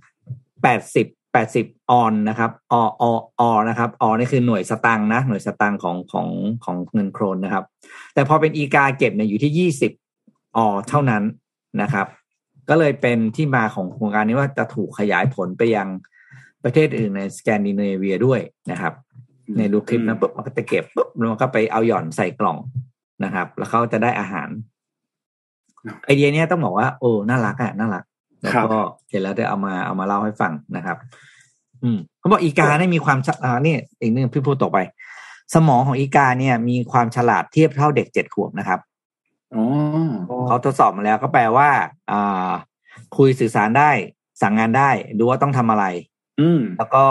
80ออนนะครับอนะครับนี่คือหน่วยสตางค์นะหน่วยสตางค์ของเงินโครนนะครับแต่พอเป็นอีกาเก็บเนี่ยอยู่ที่20เท่านั้นนะครับก็เลยเป็นที่มาของโครงการนี้ว่าจะถูกขยายผลไปยังประเทศอื่นในสแกนดิเนเวียด้วยนะครับในดูคลิปนะปุ๊บมันก็จะเก็บปุ๊บแล้วมันก็ไปเอาหย่อนใส่กล่องนะครับแล้วเขาจะได้อาหารไอเดียนี้ต้องบอกว่าโอ้น่ารักแล้วก็เห็นแล้วได้เอามาเล่าให้ฟังนะครับเขาบอกอีกาเนี่ยมีความนี่อีกนึงพี่พูดต่อไปสมองของอีกาเนี่ยมีความฉลาดเทียบเท่าเด็ก7 ขวบนะครับเขาทดสอบมาแล้วก็แปลว่าคุยสื่อสารได้สั่งงานได้ดูว่าต้องทำอะไรแล้วก็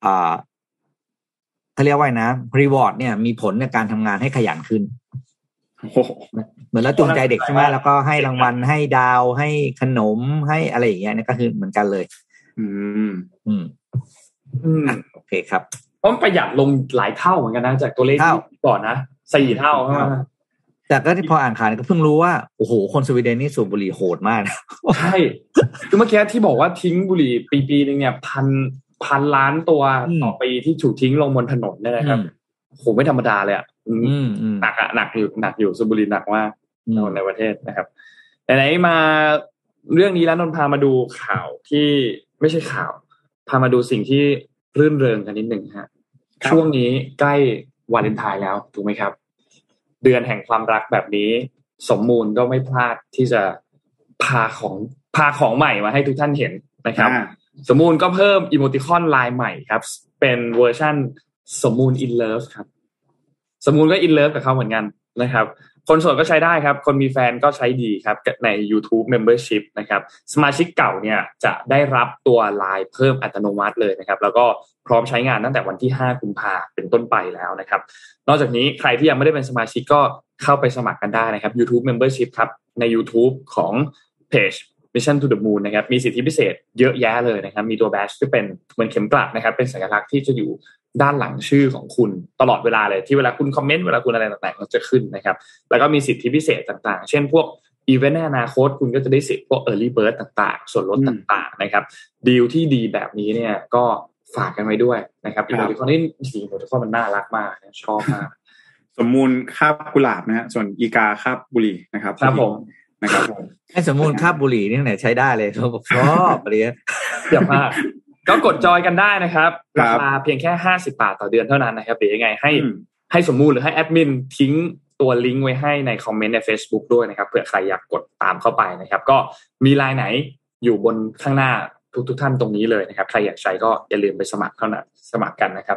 เขาเรียกว่านะรีวอร์ดเนี่ยมีผลในการทำงานให้ขยันขึ้นเหมือนแล้วจูงใจเด็กใช่ไหมแล้วก็ให้รางวัลให้ดาวให้ขนมให้อะไรอย่างเงี้ยนี่ก็คือเหมือนกันเลยโอเคครับเพราะมันประหยัดลงหลายเท่าเหมือนกันนะจากตัวเลขก่อนนะ4 เท่าใช่ไหมแต่ก็ที่พออ่านข่าวก็เพิ่งรู้ว่าโอ้โหคนสวีเดนนี่สูบบุหรี่โหดมากใช่คือเมื่อกี้ที่บอกว่าทิ้งบุหรี่ปีนึงเนี่ยพันล้านตัวต่อปีที่ถูกทิ้งลงบนถนนเนี่ยนะครับโหไม่ธรรมดาเลยอ่ะหนักอยู่สูบบุหรี่หนักมากในประเทศนะครับไหนมาเรื่องนี้แล้วนนท์พามาดูข่าวที่ไม่ใช่ข่าวพามาดูสิ่งที่รื่นเริงกันนิดหนึ่งฮะช่วงนี้ใกล้วาเลนไทน์แล้วถูกไหมครับเดือนแห่งความรักแบบนี้สมมูลก็ไม่พลาดที่จะพาของใหม่มาให้ทุกท่านเห็นนะครับสมมูลก็เพิ่มอีโมติคอนลายใหม่ครับเป็นเวอร์ชั่นสมมูลอินเลิฟครับสมมูลก็อินเลิฟกับเขาเหมือนกันนะครับคนโสดก็ใช้ได้ครับคนมีแฟนก็ใช้ดีครับใน YouTube Membership นะครับสมาชิกเก่าเนี่ยจะได้รับตัวไลน์เพิ่มอัตโนมัติเลยนะครับแล้วก็พร้อมใช้งานตั้งแต่วันที่5 กุมภาพันธ์เป็นต้นไปแล้วนะครับนอกจากนี้ใครที่ยังไม่ได้เป็นสมาชิกก็เข้าไปสมัครกันได้นะครับ YouTube Membership ครับใน YouTube ของเพจ Mission to the Moon นะครับมีสิทธิพิเศษเยอะแยะเลยนะครับมีตัวแบดที่เป็นเหมือนเข็มกลัดนะครับเป็นสัญลักษณ์ที่จะอยู่ด้านหลังชื่อของคุณตลอดเวลาเลยที่เวลาคุณคอมเมนต์เวลาคุณอะไรต่างๆก็จะขึ้นนะครับแล้วก็มีสิทธิพิเศษต่างๆเช่นพวกอีเวนต์ในอนาคตคุณก็จะได้สิทธิ์พวก Early Bird ต่างๆส่วนลดต่างๆนะครับดีลที่ดีแบบนี้เนี่ยก็ฝากกันไว้ด้วยนะครับอีโมติคอนนี่สีอีโมติคอนมันน่ารักมากชอบมากสมมูลคาบกุหลาบนะฮะส่วนอีกาคาบบุหรี่นะครับครับผมนะครับให้สมมูลคาบบุหรี่นี่ไหนใช้ได้เลยเขาบอกชอบอะไรเงี้ยเยี่ยมมากก็กดจอยกันได้นะครับราคาเพียงแค่50 บาทต่อเดือนเท่านั้นนะครับเดี๋ยวยังไงให้สมมูลหรือให้แอดมินทิ้งตัวลิงก์ไว้ให้ในคอมเมนต์ใน Facebook ด้วยนะครับเผื่อใครอยากกดตามเข้าไปนะครับก็มีไลน์ไหนอยู่บนข้างหน้าทุกท่านตรงนี้เลยนะครับใครอยากใช้ก็อย่าลืมไปสมัครกันนะครับ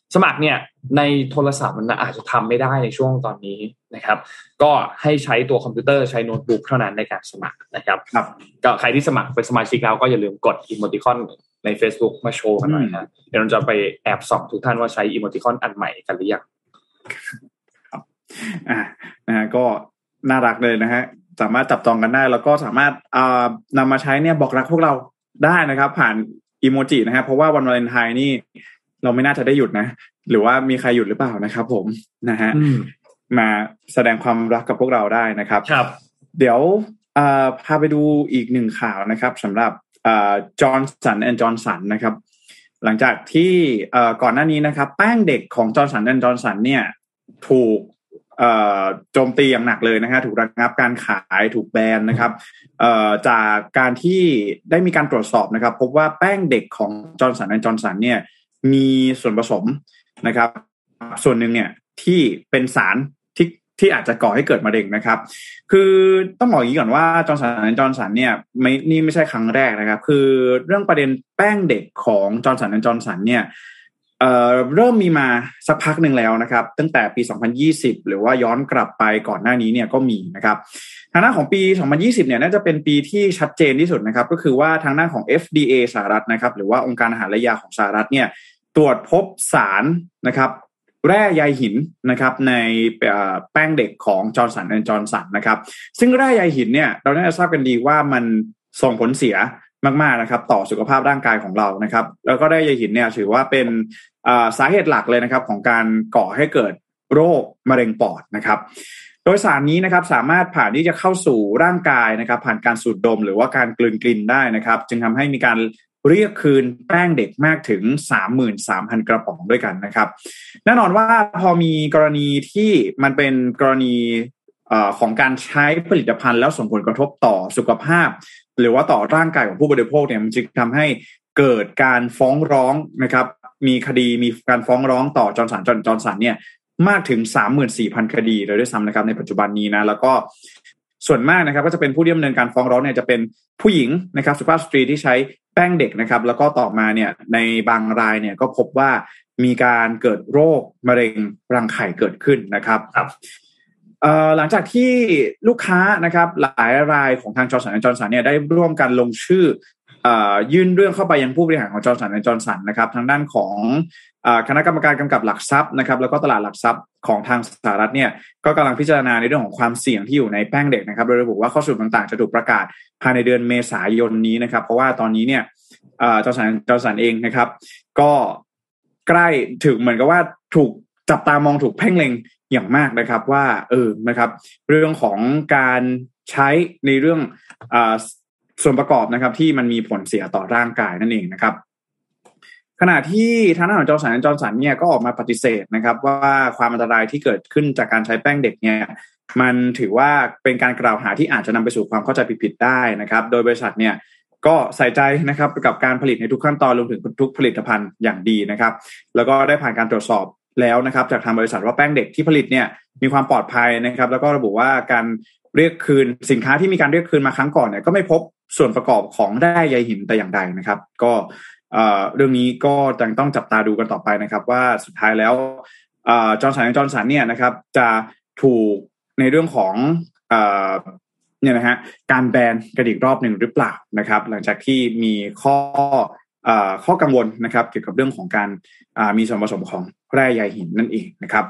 สมัครเนี่ยในโทรศัพท์มันอาจจะทำไม่ได้ในช่วงตอนนี้นะครับก็ให้ใช้ตัวคอมพิวเตอร์ใช้โน้ตบุ๊กเท่านั้นในการสมัครนะครับก็ใครที่สมัครเป็นสมาชิกแล้วก็อย่าลืมกดอีโมติคอนใน Facebook มาโชว์กันหน่อยนะเดี๋ยวเราจะไปแอบส่องทุกท่านว่าใช้อีโมติคอนอันใหม่กันหรือยังครับนะฮะก็น่ารักเลยนะฮะสามารถจับจองกันได้แล้วก็สามารถนำมาใช้เนี่ยบอกรักพวกเราได้นะครับผ่านอีโมจินะฮะเพราะว่าวันวาเลนไทน์นี่เราไม่น่าจะได้หยุดนะหรือว่ามีใครหยุดหรือเปล่านะครับผมนะฮะมาแสดงความรักกับพวกเราได้นะครับครับเดี๋ยวพาไปดูอีกหนึ่งข่าวนะครับสำหรับจอห์นสันแอนด์จอห์นสันนะครับหลังจากที่ก่อนหน้านี้นะครับแป้งเด็กของจอห์นสันแอนด์จอห์นสันเนี่ยถูกโจมตีอย่างหนักเลยนะฮะถูกระงับการขายถูกแบนนะครับจากการที่ได้มีการตรวจสอบนะครับพบว่าแป้งเด็กของจอห์นสันแอนด์จอห์นสันเนี่ยมีส่วนผสมนะครับส่วนหนึ่งเนี่ยที่เป็นสารที่อาจจะก่อให้เกิดมะเร็งนะครับคือต้องบอกอย่างนี้ก่อนว่าจอห์นสันเนี่ยนี่ไม่ใช่ครั้งแรกนะครับคือเรื่องประเด็นแป้งเด็กของจอห์นสันเนี่ยเริ่มมีมาสักพักหนึ่งแล้วนะครับตั้งแต่ปี2020หรือว่าย้อนกลับไปก่อนหน้านี้เนี่ยก็มีนะครับทางด้านของปี2020เนี่ยน่าจะเป็นปีที่ชัดเจนที่สุดนะครับก็คือว่าทางด้านของ FDA สหรัฐนะครับหรือว่าองค์การอาหารและยาของสหรัฐเนี่ยตรวจพบสารนะครับแร่ใยหินนะครับในแป้งเด็กของจอห์นสันแอนด์จอห์นสันนะครับซึ่งแร่ใยหินเนี่ยเราน่าจะทราบกันดีว่ามันส่งผลเสียมากๆนะครับต่อสุขภาพร่างกายของเรานะครับแล้วก็แร่ใยหินเนี่ยถือว่าเป็นสาเหตุหลักเลยนะครับของการก่อให้เกิดโรคมะเร็งปอดนะครับโดยสารนี้นะครับสามารถผ่านที่จะเข้าสู่ร่างกายนะครับผ่านการสูดดมหรือว่าการกลืนกลิ่นได้นะครับจึงทำให้มีการเรียกคืนแป้งเด็กมากถึง 33,000 กระป๋องด้วยกันนะครับแน่นอนว่าพอมีกรณีที่มันเป็นกรณีของการใช้ผลิตภัณฑ์แล้วส่งผลกระทบต่อสุขภาพหรือว่าต่อร่างกายของผู้บริโภคเนี่ยมันจึงทำให้เกิดการฟ้องร้องนะครับมีการฟ้องร้องต่อจอห์นสันเนี่ยมากถึง 34,000 คดีเลยด้วยซ้ำนะครับในปัจจุบันนี้นะแล้วก็ส่วนมากนะครับก็จะเป็นผู้ดำเนินการฟ้องร้องเนี่ยจะเป็นผู้หญิงนะครับสุภาพสตรีที่ใช้แป้งเด็กนะครับแล้วก็ต่อมาเนี่ยในบางรายเนี่ยก็พบว่ามีการเกิดโรคมะเร็งรังไข่เกิดขึ้นนะครับหลังจากที่ลูกค้านะครับหลายรายของทางจอห์นสันเนี่ยได้ร่วมกันลงชื่อยื่นเรื่องเข้าไปยังผู้บริหารของจอห์นสันนะครับทางด้านของคณะกรรมการกำกับหลักทรัพย์นะครับแล้วก็ตลาดหลักทรัพย์ของทางสหรัฐเนี่ยก็กำลังพิจารณาในเรื่องของความเสี่ยงที่อยู่ในแป้งเด็กนะครับโดยระบุว่าข้อสรุปต่างๆจะถูกประกาศภายในเดือนเมษายนนี้นะครับเพราะว่าตอนนี้เนี่ยจอห์นสันเองนะครับก็ใกล้ถึงเหมือนกับว่าถูกจับตามองถูกเพ่งเล็งอย่างมากนะครับว่านะครับเรื่องของการใช้ในเรื่องส่วนประกอบนะครับที่มันมีผลเสียต่อร่างกายนั่นเองนะครับขณะที่ทางด้านของจอห์นสันเนี่ยก็ออกมาปฏิเสธนะครับว่าความอันตรายที่เกิดขึ้นจากการใช้แป้งเด็กเนี่ยมันถือว่าเป็นการกล่าวหาที่อาจจะนำไปสู่ความเข้าใจผิดๆได้นะครับโดยบริษัทเนี่ยก็ใส่ใจนะครับกับการผลิตในทุกขั้นตอนรวมถึงทุกผลิตภัณฑ์อย่างดีนะครับแล้วก็ได้ผ่านการตรวจสอบแล้วนะครับจากทางบริษัทว่าแป้งเด็กที่ผลิตเนี่ยมีความปลอดภัยนะครับแล้วก็ระบุว่าการเรียกคืนสินค้าที่มีการเรียกคืนมาครั้งก่อนเนี่ยก็ไม่พบส่วนประกอบของแร่ใยหินแต่อย่างใดนะครับก็เรื่องนี้ก็ต้องจับตาดูกันต่อไปนะครับว่าสุดท้ายแล้วจอห์นสันเนี่ยนะครับจะถูกในเรื่องของเนี่ยนะฮะการแบนกันอีกรอบหนึ่งหรือเปล่านะครับหลังจากที่มีข้อกังวลนะครับเกี่ยวกับเรื่องของการมีส่วนผสมของแร่ใยหินนั่นเองนะครับ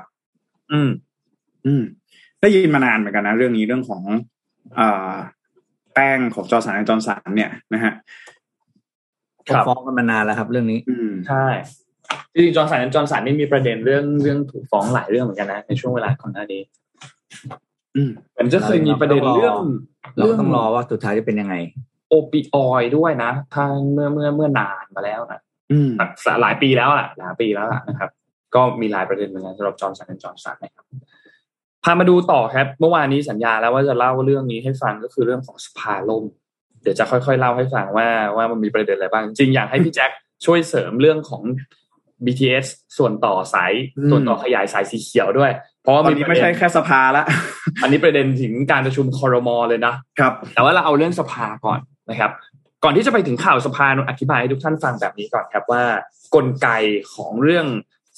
ได้ยินมานานเหมือนกันนะเรื่องนี้เรื่องของแป้งของจอห์นสันเนี่ยนะฮะฟ้องกันมานานแล้วครับเรื่องนี้ใช่จริงๆจอห์นสันนี่มีประเด็นเรื่องถูกฟ้องหลายเรื่องเหมือนกันนะในช่วงเวลาก่อนหน้านี้มันจะเคยมีประเด็นเรื่องเราต้องรอว่าสุดท้ายจะเป็นยังไงโอปิออยด์ด้วยนะทางเมื่อนานมาแล้วนะหลายปีแล้วล่ะนะครับก็มีหลายประเด็นเหมือนกันสำหรับจอห์นสันนะครับพามาดูต่อครับเมื่อวานนี้สัญญาแล้วว่าจะเล่าเรื่องนี้ให้ฟังก็คือเรื่องของสภาล่มเดี๋ยวจะค่อยๆเล่าให้ฟังว่ามันมีประเด็นอะไรบ้างจริงอยากให้พี่แจ็คช่วยเสริมเรื่องของ BTS ส่วนต่อขยายสายสีเขียวด้วยเพราะว่ามันไม่ใช่แค่สภาละอันนี้ประเด็นถึงการประชุมครม.เลยนะครับแต่ว่าเราเอาเรื่องสภาก่อนนะครับก่อนที่จะไปถึงข่าวสภาอธิบายให้ทุกท่านฟังแบบนี้ก่อนครับว่ากลไกของเรื่อง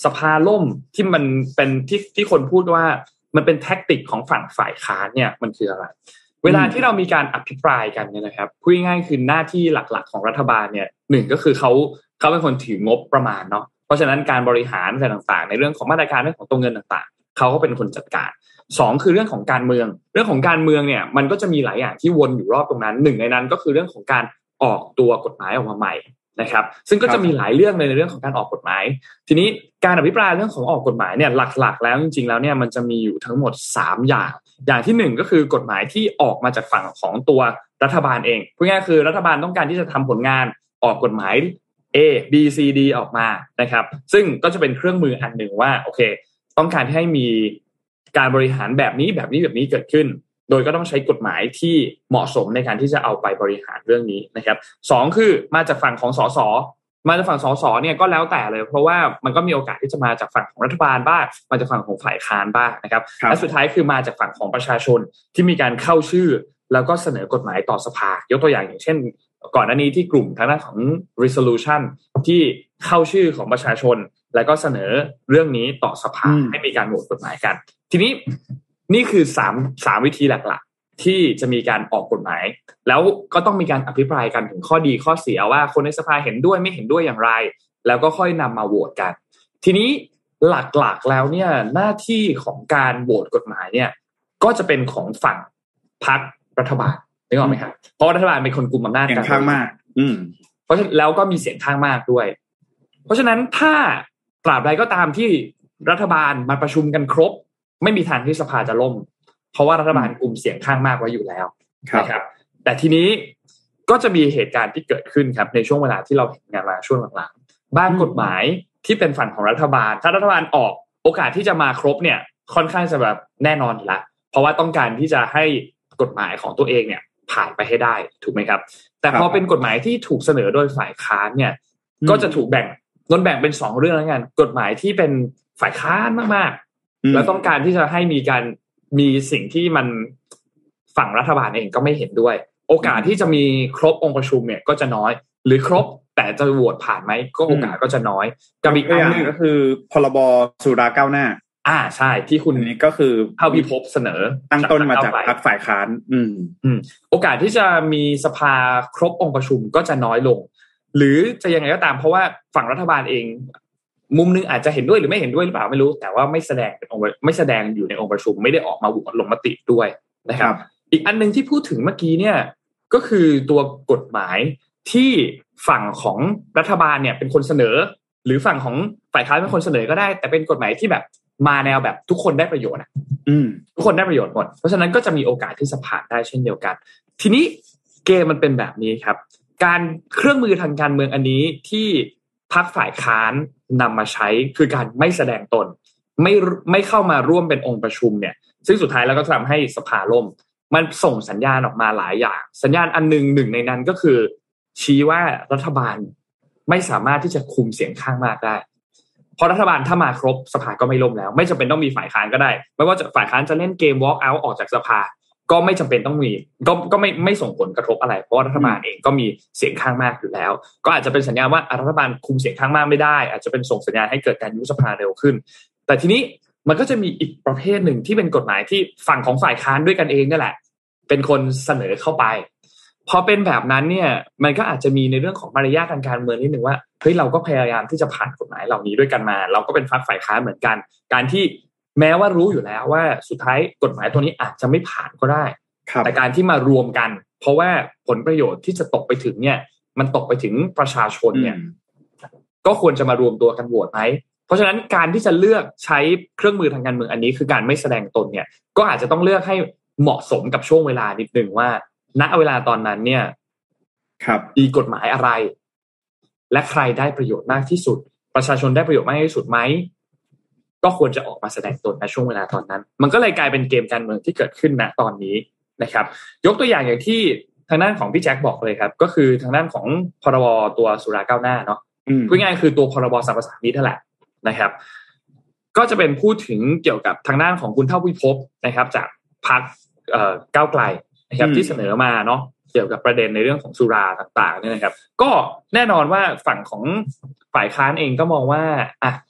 สภาล่มที่มันเป็นที่คนพูดว่ามันเป็นแท็กติกของฝั่งฝ่ายค้านเนี่ยมันคืออะไรเวลาที่เรามีการอภิปรายกันเนี่ยนะครับพูดง่ายๆคือหน้าที่หลักๆของรัฐบาลเนี่ยหนึ่งก็คือเขาเป็นคนถืองบประมาณเนาะเพราะฉะนั้นการบริหารอะไรต่างๆในเรื่องของมาตรการเรื่องของตัวเงินต่างๆเขาก็เป็นคนจัดการสองคือเรื่องของการเมืองเนี่ยมันก็จะมีหลายอย่างที่วนอยู่รอบตรงนั้นหนึ่งในนั้นก็คือเรื่องของการออกตัวกฎหมายออกมาใหม่นะครับซึ่งก็จะมีหลายเรื่องในเรื่องของการออกกฎหมายทีนี้การอภิปรายเรื่องของออกกฎหมายเนี่ยหลักๆแล้วจริงๆแล้วเนี่ยมันจะมีอยู่ทั้งหมด3อย่างที่1ก็คือกฎหมายที่ออกมาจากฝั่งของตัวรัฐบาลเองพูดง่ายๆคือรัฐบาลต้องการที่จะทำผลงานออกกฎหมาย A B C D ออกมานะครับซึ่งก็จะเป็นเครื่องมืออันหนึ่งว่าโอเคต้องการให้มีการบริหารแบบนี้เกิดขึ้นโดยก็ต้องใช้กฎหมายที่เหมาะสมในการที่จะเอาไปบริหารเรื่องนี้นะครับ2คือมาจากฝั่งของสสเนี่ยก็แล้วแต่เลยเพราะว่ามันก็มีโอกาสที่จะมาจากฝั่งของรัฐบาลบ้างมาจากฝั่งของฝ่ายค้านบ้างนะครับและสุดท้ายคือมาจากฝั่งของประชาชนที่มีการเข้าชื่อแล้วก็เสนอกฎหมายต่อสภายกตัวอย่างเช่นก่อนหน้านี้ที่กลุ่มทางด้านของ resolution ที่เข้าชื่อของประชาชนแล้วก็เสนอเรื่องนี้ต่อสภาให้มีการโหวตกฎหมายกันทีนี้นี่คือ3วิธีหลักๆที่จะมีการออกกฎหมายแล้วก็ต้องมีการอภิปรายกันถึงข้อดีข้อเสียว่าคนในสภาเห็นด้วยไม่เห็นด้วยอย่างไรแล้วก็ค่อยนำมาโหวตกันทีนี้หลักๆแล้วเนี่ยหน้าที่ของการโหวตกฎหมายเนี่ยก็จะเป็นของฝั่งพรรครัฐบาลนึกออกไหมครับเพราะรัฐบาลเป็นคนกุมอำนาจกันข้างมากเพราะฉะนั้นแล้วก็มีเสียงข้างมากด้วยเพราะฉะนั้นถ้าตราบใดก็ตามที่รัฐบาลมาประชุมกันครบไม่มีทางที่สภาจะล่มเพราะว่ารัฐบาลกุมเสียงข้างมากไว้อยู่แล้วนะครับแต่ทีนี้ก็จะมีเหตุการณ์ที่เกิดขึ้นครับในช่วงเวลาที่เราเห็นงานมาช่วงหลังๆบ้านกฎหมายที่เป็นฝั่งของรัฐบาลถ้ารัฐบาลออกโอกาสที่จะมาครบเนี่ยค่อนข้างจะแบบแน่นอนอยู่แล้วเพราะว่าต้องการที่จะให้กฎหมายของตัวเองเนี่ยผ่านไปให้ได้ถูกไหมครับแต่พอเป็นกฎหมายที่ถูกเสนอโดยฝ่ายค้านเนี่ยก็จะถูกแบ่งเป็น2เรื่องแล้วกันกฎหมายที่เป็นฝ่ายค้านมากๆแล้วต้องการที่จะให้มีสิ่งที่มันฝั่งรัฐบาลเองก็ไม่เห็นด้วยโอกาสที่จะมีครบองค์ประชุมเนี่ยก็จะน้อยหรือครบแต่จะโหวตผ่านไหมก็โอกาสก็จะน้อยกับอีกอันนึงก็คือพรบสุราก้าวหน้าใช่ที่คุณนี้ก็คือเท่าพิภพเสนอตั้งต้นมาจากพรรคฝ่ายค้านโอกาสที่จะมีสภาครบองค์ประชุมก็จะน้อยลงหรือจะยังไงก็ตามเพราะว่าฝั่งรัฐบาลเองมุมนึงอาจจะเห็นด้วยหรือไม่เห็นด้วยหรือเปล่าไม่รู้แต่ว่าไม่แสดงอยู่ในองค์ประชุมไม่ได้ออกมาโหวตลงมติด้วยนะครับอีกอันนึงที่พูดถึงเมื่อกี้เนี่ยก็คือตัวกฎหมายที่ฝั่งของรัฐบาลเนี่ยเป็นคนเสนอหรือฝั่งของฝ่ายค้านเป็นคนเสนอก็ได้แต่เป็นกฎหมายที่แบบมาแนวแบบทุกคนได้ประโยชน์ทุกคนได้ประโยชน์หมดเพราะฉะนั้นก็จะมีโอกาสที่จะผ่านได้เช่นเดียวกันทีนี้เกมมันเป็นแบบนี้ครับการเครื่องมือทางการเมืองอันนี้ที่พรรคฝ่ายค้านนำมาใช้คือการไม่แสดงตนไม่เข้ามาร่วมเป็นองค์ประชุมเนี่ยซึ่งสุดท้ายแล้วก็ทำให้สภาล่มมันส่งสัญญาณออกมาหลายอย่างสัญญาณอันหนึ่งในนั้นก็คือชี้ว่ารัฐบาลไม่สามารถที่จะคุมเสียงข้างมากได้เพราะรัฐบาลถ้ามาครบสภาก็ไม่ล่มแล้วไม่จำเป็นต้องมีฝ่ายค้านก็ได้ไม่ว่าจะฝ่ายค้านจะเล่นเกม walk out ออกจากสภาก็ไม่จำเป็นต้องมีก็ไม่ส่งผลกระทบอะไรเพราะรัฐบาลเองก็มีเสียงข้างมากอยู่แล้วก็อาจจะเป็นสัญญาณว่ารัฐบาลคุมเสียงข้างมากไม่ได้อาจจะเป็นส่งสัญญาณให้เกิดการยุบสภาเร็วขึ้นแต่ทีนี้มันก็จะมีอีกประเภทหนึ่งที่เป็นกฎหมายที่ฝั่งของฝ่ายค้านด้วยกันเองนี่แหละเป็นคนเสนอเข้าไปพอเป็นแบบนั้นเนี่ยมันก็อาจจะมีในเรื่องของมารยาททางการเมืองนิดนึงว่าเฮ้ยเราก็พยายามที่จะผ่านกฎหมายเหล่านี้ด้วยกันมาเราก็เป็นพรรคฝ่ายค้านเหมือนกันการที่แม้ว่ารู้อยู่แล้วว่าสุดท้ายกฎหมายตัวนี้อาจจะไม่ผ่านก็ได้แต่การที่มารวมกันเพราะว่าผลประโยชน์ที่จะตกไปถึงเนี่ยมันตกไปถึงประชาชนเนี่ยก็ควรจะมารวมตัวกันโหวตไหมเพราะฉะนั้นการที่จะเลือกใช้เครื่องมือทางการเมืองอันนี้คือการไม่แสดงตนเนี่ยก็อาจจะต้องเลือกให้เหมาะสมกับช่วงเวลานิดนึงว่าณเวลาตอนนั้นเนี่ยมีกฎหมายอะไรและใครได้ประโยชน์มากที่สุดประชาชนได้ประโยชน์มากที่สุดไหมก็ควรจะออกมาแสดงตนในช่วงเวลาตอนนั้นมันก็เลยกลายเป็นเกมการเมืองที่เกิดขึ้นณตอนนี้นะครับยกตัวอย่างที่ทางด้านของพี่แจ็คบอกเลยครับก็คือทางด้านของพรบตัวสุราก้าวหน้าเนาะพูดง่ายๆคือตัวพรบสรรพสามิตนั่นแหละนะครับก็จะเป็นพูดถึงเกี่ยวกับทางด้านของคุณเท่าพิภพนะครับจากพรรคก้าวไกลนะครับที่เสนอมาเนาะเกี่ยวกับประเด็นในเรื่องของสุราต่างๆเนี่ยนะครับก็แน่นอนว่าฝั่งของฝ่ายค้านเองก็มองว่า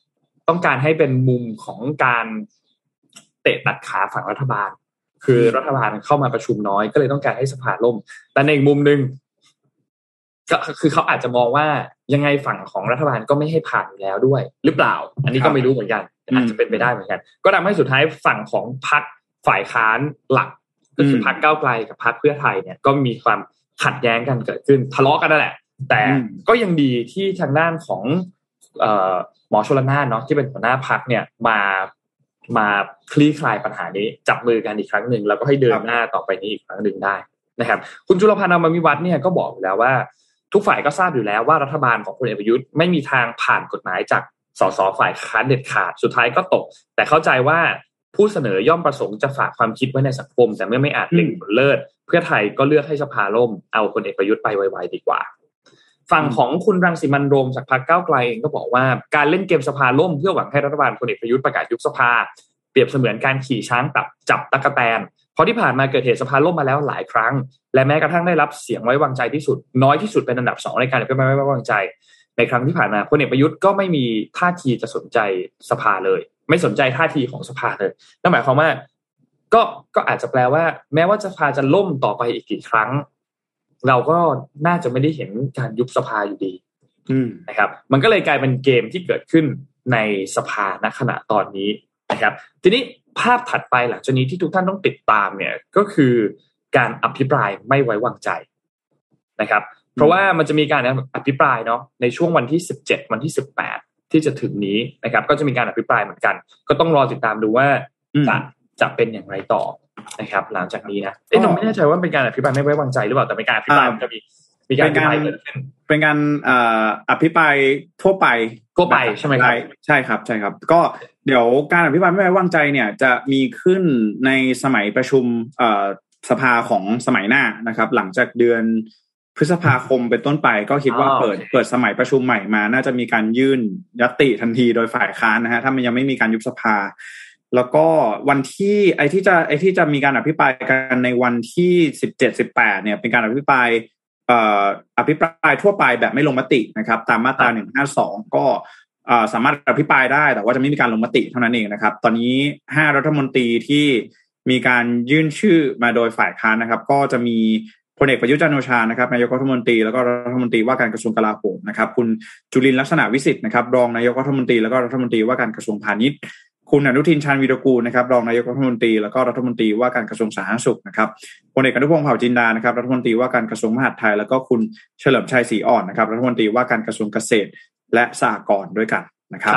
ต้องการให้เป็นมุมของการเตะตัดขาฝั่งรัฐบาลคือรัฐบาลเข้ามาประชุมน้อยก็เลยต้องการให้สภาล่มแต่ในอีกมุมนึงก็คือเขาอาจจะมองว่ายังไงฝั่งของรัฐบาลก็ไม่ให้ผ่านอยู่แล้วด้วยหรือเปล่าอันนี้ก็ไม่รู้เหมือนกันอาจจะเป็นไปได้เหมือนกันก็ทำให้สุดท้ายฝั่งของพรรคฝ่ายค้านหลักก็คือพรรคก้าวไกลกับพรรคเพื่อไทยเนี่ยก็มีความขัดแย้งกันเกิดขึ้นทะเลาะกันนั่นแหละแต่ก็ยังดีที่ทางด้านของหมอชลนานเนาะที่เป็นหัวหน้าพรรคเนี่ยมาคลี่คลายปัญหานี้จับมือกันอีกครั้งหนึ่งแล้วก็ให้เดินหน้าต่อไปนี้อีกครั้งหนึ่งได้นะครับคุณจุลพันธ์ อมรวิวัฒน์เนี่ยก็บอกอยู่แล้วว่าทุกฝ่ายก็ทราบอยู่แล้วว่ารัฐบาลของพลเอกประยุทธ์ไม่มีทางผ่านกฎหมายจากสสฝ่ายค้านเด็ดขาดสุดท้ายก็ตกแต่เข้าใจว่าผู้เสนอย่อมประสงค์จะฝากความคิดไว้ในสังคมแต่เมื่อไม่อาจเล็งผลเลิศเพื่อไทยก็เลือกให้สภาล่มเอาพลเอกประยุทธ์ไปไวๆดีกว่าฝั่งของคุณรังสิมันต์โรมจากพรรคก้าวไกลเองก็บอกว่าการเล่นเกมสภาล่มเพื่อหวังให้รัฐบาลพลเอกประยุทธ์ประกาศยุบสภาเปรียบเสมือนการขี่ช้างจับตั๊กแตนเพราะที่ผ่านมาเกิดเหตุสภาล่มมาแล้วหลายครั้งและแม้กระทั่งได้รับเสียงไว้วางใจที่สุดน้อยที่สุดเป็นอันดับ2ในการอภิปรายไม่ไว้วางใจในครั้งที่ผ่านมาพลเอกประยุทธ์ก็ไม่มีท่าทีจะสนใจสภาเลยไม่สนใจท่าทีของสภาเลยนั่นหมายความว่าก็อาจจะแปลว่าแม้ว่าสภาจะล่มต่อไปอีกกี่ครั้งเราก็น่าจะไม่ได้เห็นการยุบสภาอยู่ดีนะครับมันก็เลยกลายเป็นเกมที่เกิดขึ้นในสภาณขณะตอนนี้นะครับทีนี้ภาพถัดไปหลังจากนี้ที่ทุกท่านต้องติดตามเนี่ยก็คือการอภิปรายไม่ไว้วางใจนะครับเพราะว่ามันจะมีการอภิปรายเนาะในช่วงวันที่17วันที่18ที่จะถึงนี้นะครับก็จะมีการอภิปรายเหมือนกันก็ต้องรอติดตามดูว่าจะเป็นอย่างไรต่อนะครับหลังจากนี้นะผมไม่แน่ใจว่าเป็นการอภิปรายไม่ไว้วางใจหรือเปล่าแต่เป็นการอภิปรายมันจะมีการอภิปรายเกิดขึ้นเป็นการอภิปรายทั่วไปใช่ไหมครับใช่ครับก็เดี๋ยวการอภิปรายไม่ไว้วางใจเนี่ยจะมีขึ้นในสมัยประชุมสภาของสมัยหน้านะครับหลังจากเดือนพฤษภาคมเป็นต้นไปก็คิดว่าเปิดสมัยประชุมใหม่มาน่าจะมีการยื่นญัตติทันทีโดยฝ่ายค้านนะฮะถ้ามันยังไม่มีการยุบสภาแล้วก็วันที่ไอ้ที่จะมีการอภิปรายกันในวันที่17-18เนี่ยเป็นการอภิปรายทั่วไปแบบไม่ลงมตินะครับตามมาตรา152ก็สามารถอภิปรายได้แต่ว่าจะไม่มีการลงมติเท่านั้นเองนะครับตอนนี้5รัฐมนตรีที่มีการยื่นชื่อมาโดยฝ่ายค้านนะครับก็จะมีพลเอกประยุทธ์จันทร์โอชานะครับนายกรัฐมนตรีแล้วก็รัฐมนตรีว่าการกระทรวงกลาโหมนะครับคุณจุลินทร์ลักษณะวิสิทธิ์นะครับรองนายกรัฐมนตรีแล้วก็รัฐมนตรีว่าการกระทรวงพาณิชย์คุณอนุทินชาญวีรกูลนะครับรองนายกรัฐมนตรีแล้วก็รัฐมนตรีว่าการกระทรวงสาธารณสุขนะครับพลเอกอนุพงษ์เผ่าจินดานะครับรัฐมนตรีว่าการกระทรวงมหาดไทยแล้วก็คุณเฉลิมชัยศรีอ่อนนะครับรัฐมนตรีว่าการกระทรวงเกษตรและสหกรณ์ด้วยกันนะครับ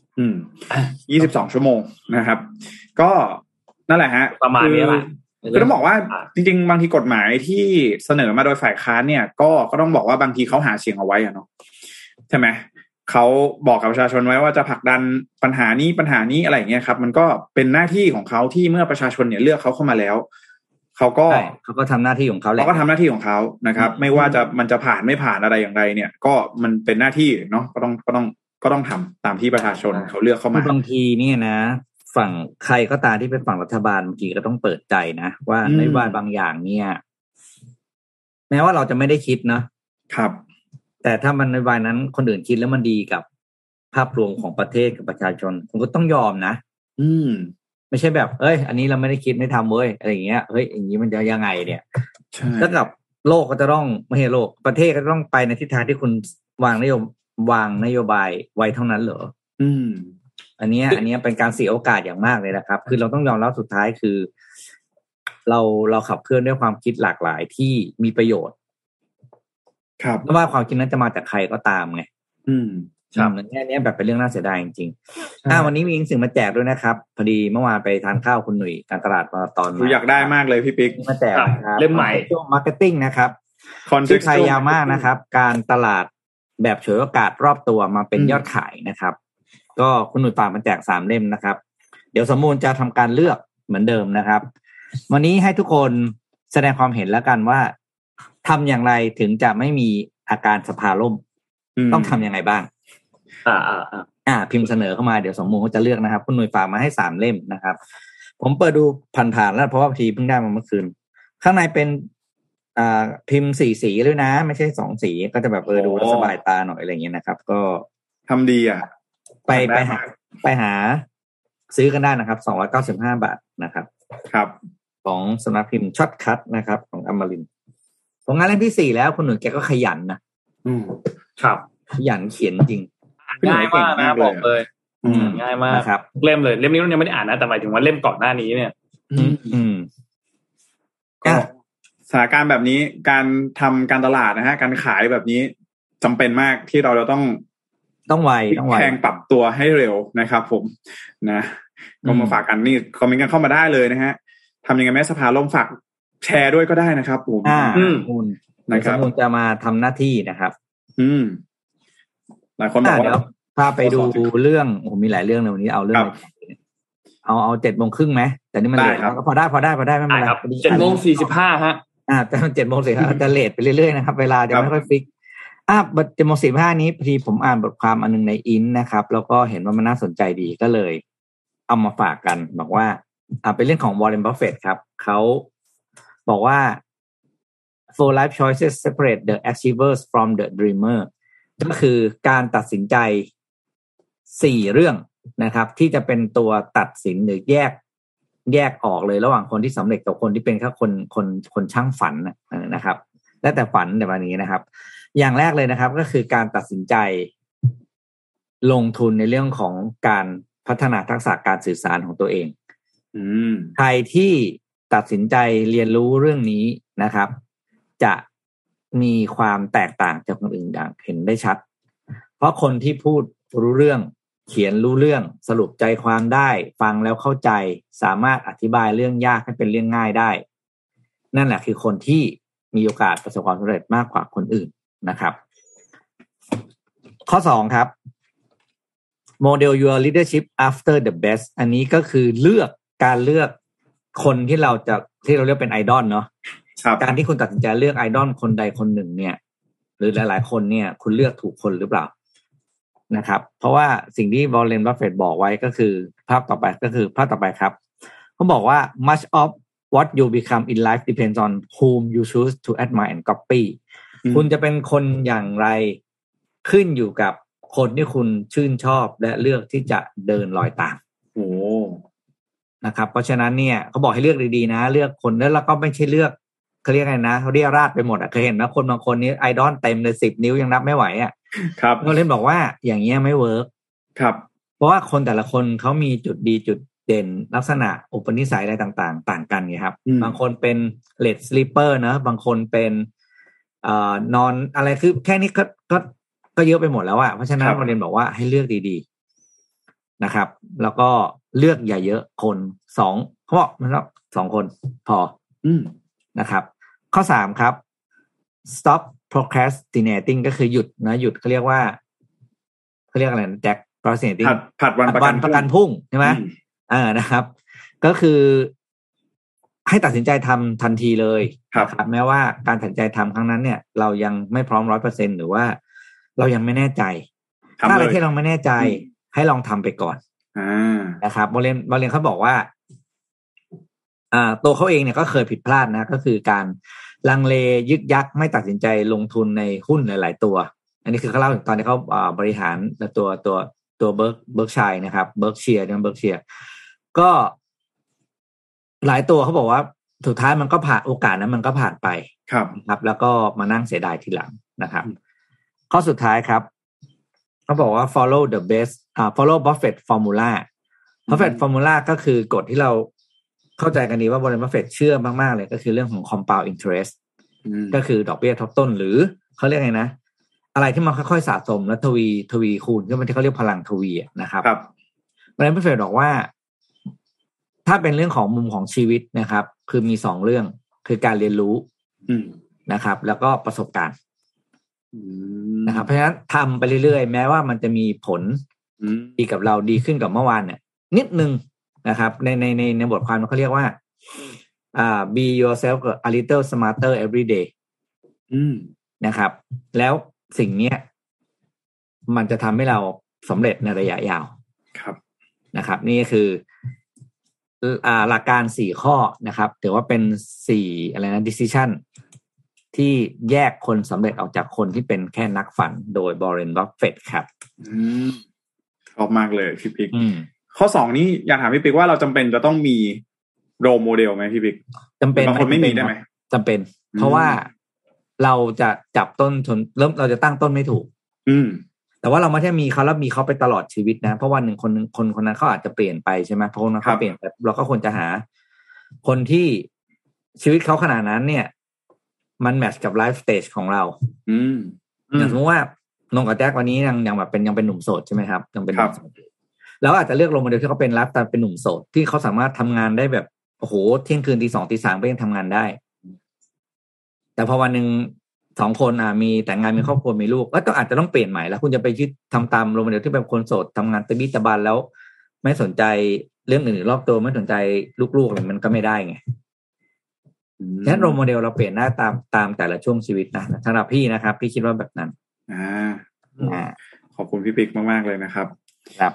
22 ชั่วโมงนะครับก็นั่นแหละฮะประมาณนี้แหละคือต้องบอกว่าจริงๆบางทีกฎหมายที่เสนอมาโดยฝ่ายค้านเนี่ยก็ต้องบอกว่าบางทีเขาหาเสียงเอาไว้อะเนาะใช่ไหมเขาบอกกับประชาชนไว้ว่าจะผลักดันปัญหานี้อะไรอย่างเงี้ยครับมันก็เป็นหน้าที่ของเขาที่เมื่อประชาชนเนี่ยเลือกเขาเข้ามาแล้วเขาก็ทำหน้าที่ของเขาแหละเขาก็ทำหน้าที่ของเขานะครับไม่ว่ามันจะผ่านไม่ผ่านอะไรอย่างไรเนี่ยก็มันเป็นหน้าที่เนาะก็ต้องทำตามที่ประชาชนเขาเลือกเข้ามาบางทีเนี่ยนะฝั่งใครก็ตามที่เป็นฝั่งรัฐบาลบางทีก็ต้องเปิดใจนะว่านโยบายบางอย่างเนี่ยแม้ว่าเราจะไม่ได้คิดนะครับแต่ถ้ามันนโยบายนั้นคนอื่นคิดแล้วมันดีกับภาพรวมของประเทศกับประชาชนคุณก็ต้องยอมนะไม่ใช่แบบอันนี้เราไม่ได้คิดไม่ทำเว้ยอะไรอย่างเงี้ยอย่างนี้มันจะยังไงเนี่ยถ้ากับโลกก็จะต้องไม่ใช่โลกประเทศก็ต้องไปในทิศทางที่คุณวางนโยบายไว้เท่านั้นเหรออันนี้เป็นการเสียโอกาสอย่างมากเลยนะครับคือเราต้องยอมรับสุดท้ายคือเราขับเคลื่อนด้วยความคิดหลากหลายที่มีประโยชน์ครับไม่ว่าความคิดนั้นจะมาจากใครก็ตามไงครับแง่นี้แบบเป็นเรื่องน่าเสียดายจริงๆวันนี้มีสิ่งมาแจกด้วยนะครับพอดีเมื่อวานไปทานข้าวคุณหนุ่ยการตลาดมาตอนอยากได้มากเลยพี่ปิ๊กมาแจกเล่มใหม่ช่วงมาร์เก็ตติ้งนะครับชื่อไทยยาวมากนะครับการตลาดแบบฉวยโอกาสรอบตัวมาเป็นยอดขายนะครับก็คุณหนุ่ยฝากมาแจก3 เล่มนะครับเดี๋ยวสมมูลจะทำการเลือกเหมือนเดิมนะครับวันนี้ให้ทุกคนแสดงความเห็นแล้วกันว่าทำอย่างไรถึงจะไม่มีอาการสภาล่มต้องทำยังไงบ้างพิมพ์เสนอเข้ามาเดี๋ยวสมมูลเขาจะเลือกนะครับคุณหนุ่ยฝากมาให้3 เล่มนะครับผมเปิดดูผ่านๆแล้วเพราะว่าทีเพิ่งได้มาเมื่อคืนข้างในเป็นพิมพ์4 สีเลยนะไม่ใช่2 สีก็จะแบบดูแล้วสบายตาหน่อยอะไรอย่างเงี้ยนะครับก็ทำดีไปไปหาซื้อกันได้นะครับ295 บาทนะครับครับของสำนักพิมพ์ช็อตคัทนะครับของอมรินทร์ผลงานเล่มที่4แล้วคุณหนุ่ยแกก็ขยันนะครับขยันเขียนจริงง่ายมากนะบอกเลยง่ายมากครับเล่มเลยเล่มนี้ยังไม่ได้อ่านนะแต่หมายถึงว่าเล่มก่อนหน้านี้เนี่ยก็สถานการณ์แบบนี้การทำการตลาดนะฮะการขายแบบนี้จำเป็นมากที่เราจะต้องไวแข่งปรับตัวให้เร็วนะครับผมนะก็มาฝากกันนี่คอมเมนต์กันเข้ามาได้เลยนะฮะทำยังไงแม่สภาล่มฝากแชร์ด้วยก็ได้นะครับผมนะครับจะมาทำหน้าที่นะครับหลายคนบอกว่าพาไปดูเรื่องมีหลายเรื่องเลยวันนี้เอาเรื่องเอา 7:30 ไหมแต่นี่มันเลทก็พอได้ไม่เป็นไร 7:45 ฮะแต่ 7:45 จะเลทไปเรื่อยๆนะครับเวลาจะไม่ค่อยฟิก7:45 นี้พอดีผมอ่านบทความอันนึงในอินนะครับแล้วก็เห็นว่ามันน่าสนใจดีก็เลยเอามาฝากกันบอกว่าเป็นเรื่องของ Warren Buffett ครับเขาบอกว่า 4 life choices separate the achievers from the dreamer ก็คือการตัดสินใจ4เรื่องนะครับที่จะเป็นตัวตัดสินหรือแยกออกเลยระหว่างคนที่สำเร็จกับคนที่เป็นแค่คนช่างฝันนะครับและแต่ฝันในวันนี้นะครับอย่างแรกเลยนะครับก็คือการตัดสินใจลงทุนในเรื่องของการพัฒนาทักษะการสื่อสารของตัวเองใครที่ตัดสินใจเรียนรู้เรื่องนี้นะครับจะมีความแตกต่างจากคนอื่นอย่างเห็นได้ชัดเพราะคนที่พูดรู้เรื่องเขียนรู้เรื่องสรุปใจความได้ฟังแล้วเข้าใจสามารถอธิบายเรื่องยากให้เป็นเรื่องง่ายได้นั่นแหละคือคนที่มีโอกาสประสบความสำเร็จมากกว่าคนอื่นนะครับข้อ2ครับ Model your leadership after the best อันนี้ก็คือการเลือกคนที่เราเรียกเป็นไอดอลเนาะการที่คุณตัดสินใจเลือกไอดอลคนใดคนหนึ่งเนี่ยหรือหลายๆคนเนี่ยคุณเลือกถูกคนหรือเปล่านะครับเพราะว่าสิ่งที่วอร์เรน บัฟเฟตต์บอกไว้ก็คือภาพต่อไปครับเขาบอกว่า much of what you become in life depends on whom you choose to admire and copy คุณจะเป็นคนอย่างไรขึ้นอยู่กับคนที่คุณชื่นชอบและเลือกที่จะเดินรอยตามนะครับเพราะฉะนั้นเนี่ยเขาบอกให้เลือกดีๆนะเลือกคนแล้วก็ไม่ใช่เลือกเขาเรียกไงนะเขาเรียกราดไปหมดเคยเห็นนะคนบางคนนี้ไอดอลเต็มเลย10 นิ้วยังนับไม่ไหวครับเขาเล่นบอกว่าอย่างเงี้ยไม่เวิร์กครับเพราะว่าคนแต่ละคนเขามีจุดดีจุดเด่นลักษณะอุปนิสัยอะไรต่างๆต่างกันไงครับบางคนเป็นเลดสลีปเปอร์นะบางคนเป็นนอนอะไรคือแค่นี้ก็เยอะไปหมดแล้วเพราะฉะนั้นเราเรียนบอกว่าให้เลือกดีๆนะครับแล้วก็เลือกอย่าเยอะคน2เขาบอกมัน2คนพอนะครับข้อ3ครับ stop procrastinating ก็คือหยุดเขาเรียกอะไรนะแจ็ค procrastinating ผัดวันประกันพรุ่งใช่ไหมนะครับก็คือให้ตัดสินใจทำทันทีเลยครับแม้ว่าการตัดสินใจทำครั้งนั้นเนี่ยเรายังไม่พร้อม 100% หรือว่าเรายังไม่แน่ใจถ้าอะไรที่เราไม่แน่ใจให้ลองทำไปก่อนนะครับบอลเลนเขาบอกว่าตัวเขาเองเนี่ยก็เคยผิดพลาดนะก็คือการลังเลยึกยักไม่ตัดสินใจลงทุนในหุ้นหลายๆตัวอันนี้คือเขาเล่าถึงตอนที่เขาบริหารตัวเบิร์กชัยนะครับเบิร์กเชียร์ก็หลายตัวเขาบอกว่าสุดท้ายมันก็ผ่านโอกาสนั้นมันก็ผ่านไปครับแล้วก็มานั่งเสียดายทีหลังนะครับข้อสุดท้ายครับเขาบอกว่า follow the best follow Buffett formula Buffett formula ก็คือกฎที่เราเข้าใจกันดีว่า Warren Buffett เชื่อมากๆเลยก็คือเรื่องของ compound interest ก็คือดอกเบี้ยทบต้นหรือเขาเรียกไงนะอะไรที่มันค่อยๆสะสมและทวีคูณก็มันที่เขาเรียกพลังทวีนะครับ Warren Buffett บอกว่าถ้าเป็นเรื่องของมุมของชีวิตนะครับคือมี2เรื่องคือการเรียนรู้นะครับแล้วก็ประสบการณ์นะครับเพราะฉะนั้นทำไปเรื่อยๆแม้ว่ามันจะมีผลดีกับเราดีขึ้นกับเมื่อวานเนี่ยนิดนึงนะครับในบทความเขาเรียกว่าbe yourself a little smarter every day นะครับแล้วสิ่งนี้มันจะทำให้เราสำเร็จในระยะยาวนะครับนี่คือหลักการ4ข้อนะครับถือว่าเป็น4อะไรนะ decision ที่แยกคนสำเร็จออกจากคนที่เป็นแค่นักฝันโดย Warren Buffett ครับชอบมากเลยพี่ปิ๊กข้อ2นี้อยากถามพี่ปิ๊กว่าเราจำเป็นจะต้องมีโรลโมเดลไหมพี่ปิ๊กจำเป็นบางคนไม่มีได้ไหมจำเป็นเพราะว่าเราจะจับต้นชนเราจะตั้งต้นไม่ถูกแต่ว่าเราไม่ใช่มีเขาแล้วมีเขาไปตลอดชีวิตนะเพราะวันหนึ่งคนนั้นเขาอาจจะเปลี่ยนไปใช่ไหมเพราะคนนั้นเขาเปลี่ยนไปเราก็ควรจะหาคนที่ชีวิตเขาขนาดนั้นเนี่ยมันแมทช์กับไลฟ์สเตจของเราอย่างสมมติว่านงกับแจ็ควันนี้ยังแบบยังเป็นหนุ่มโสดใช่ไหมครับยังเป็นหนุ่มโสดแล้วอาจจะเลือกลงโมเดลที่เขาเป็นไลฟ์แต่เป็นหนุ่มโสดที่เขาสามารถทำงานได้แบบโอ้โหเที่ยงคืนตี 2 ตี 3ก็ยังทำงานได้แต่พอวันหนึ่ง2 คนมีแต่งงานมีครอบครัวมีลูกก็ต้องอาจจะต้องเปลี่ยนใหม่แล้วคุณจะไปยึดทำตามโรลโมเดลที่เป็นคนโสดทำงานตะบี้ตะบันแล้วไม่สนใจเรื่องอื่นรอบตัวไม่สนใจลูกๆอะไรมันก็ไม่ได้ไงฉะนั้นโรลโมเดลเราเปลี่ยนได้ตามแต่ละช่วงชีวิตนะสำหรับพี่นะครับพี่คิดว่าแบบนั้นขอบคุณพี่ปิ๊กมากๆเลยนะครับครับ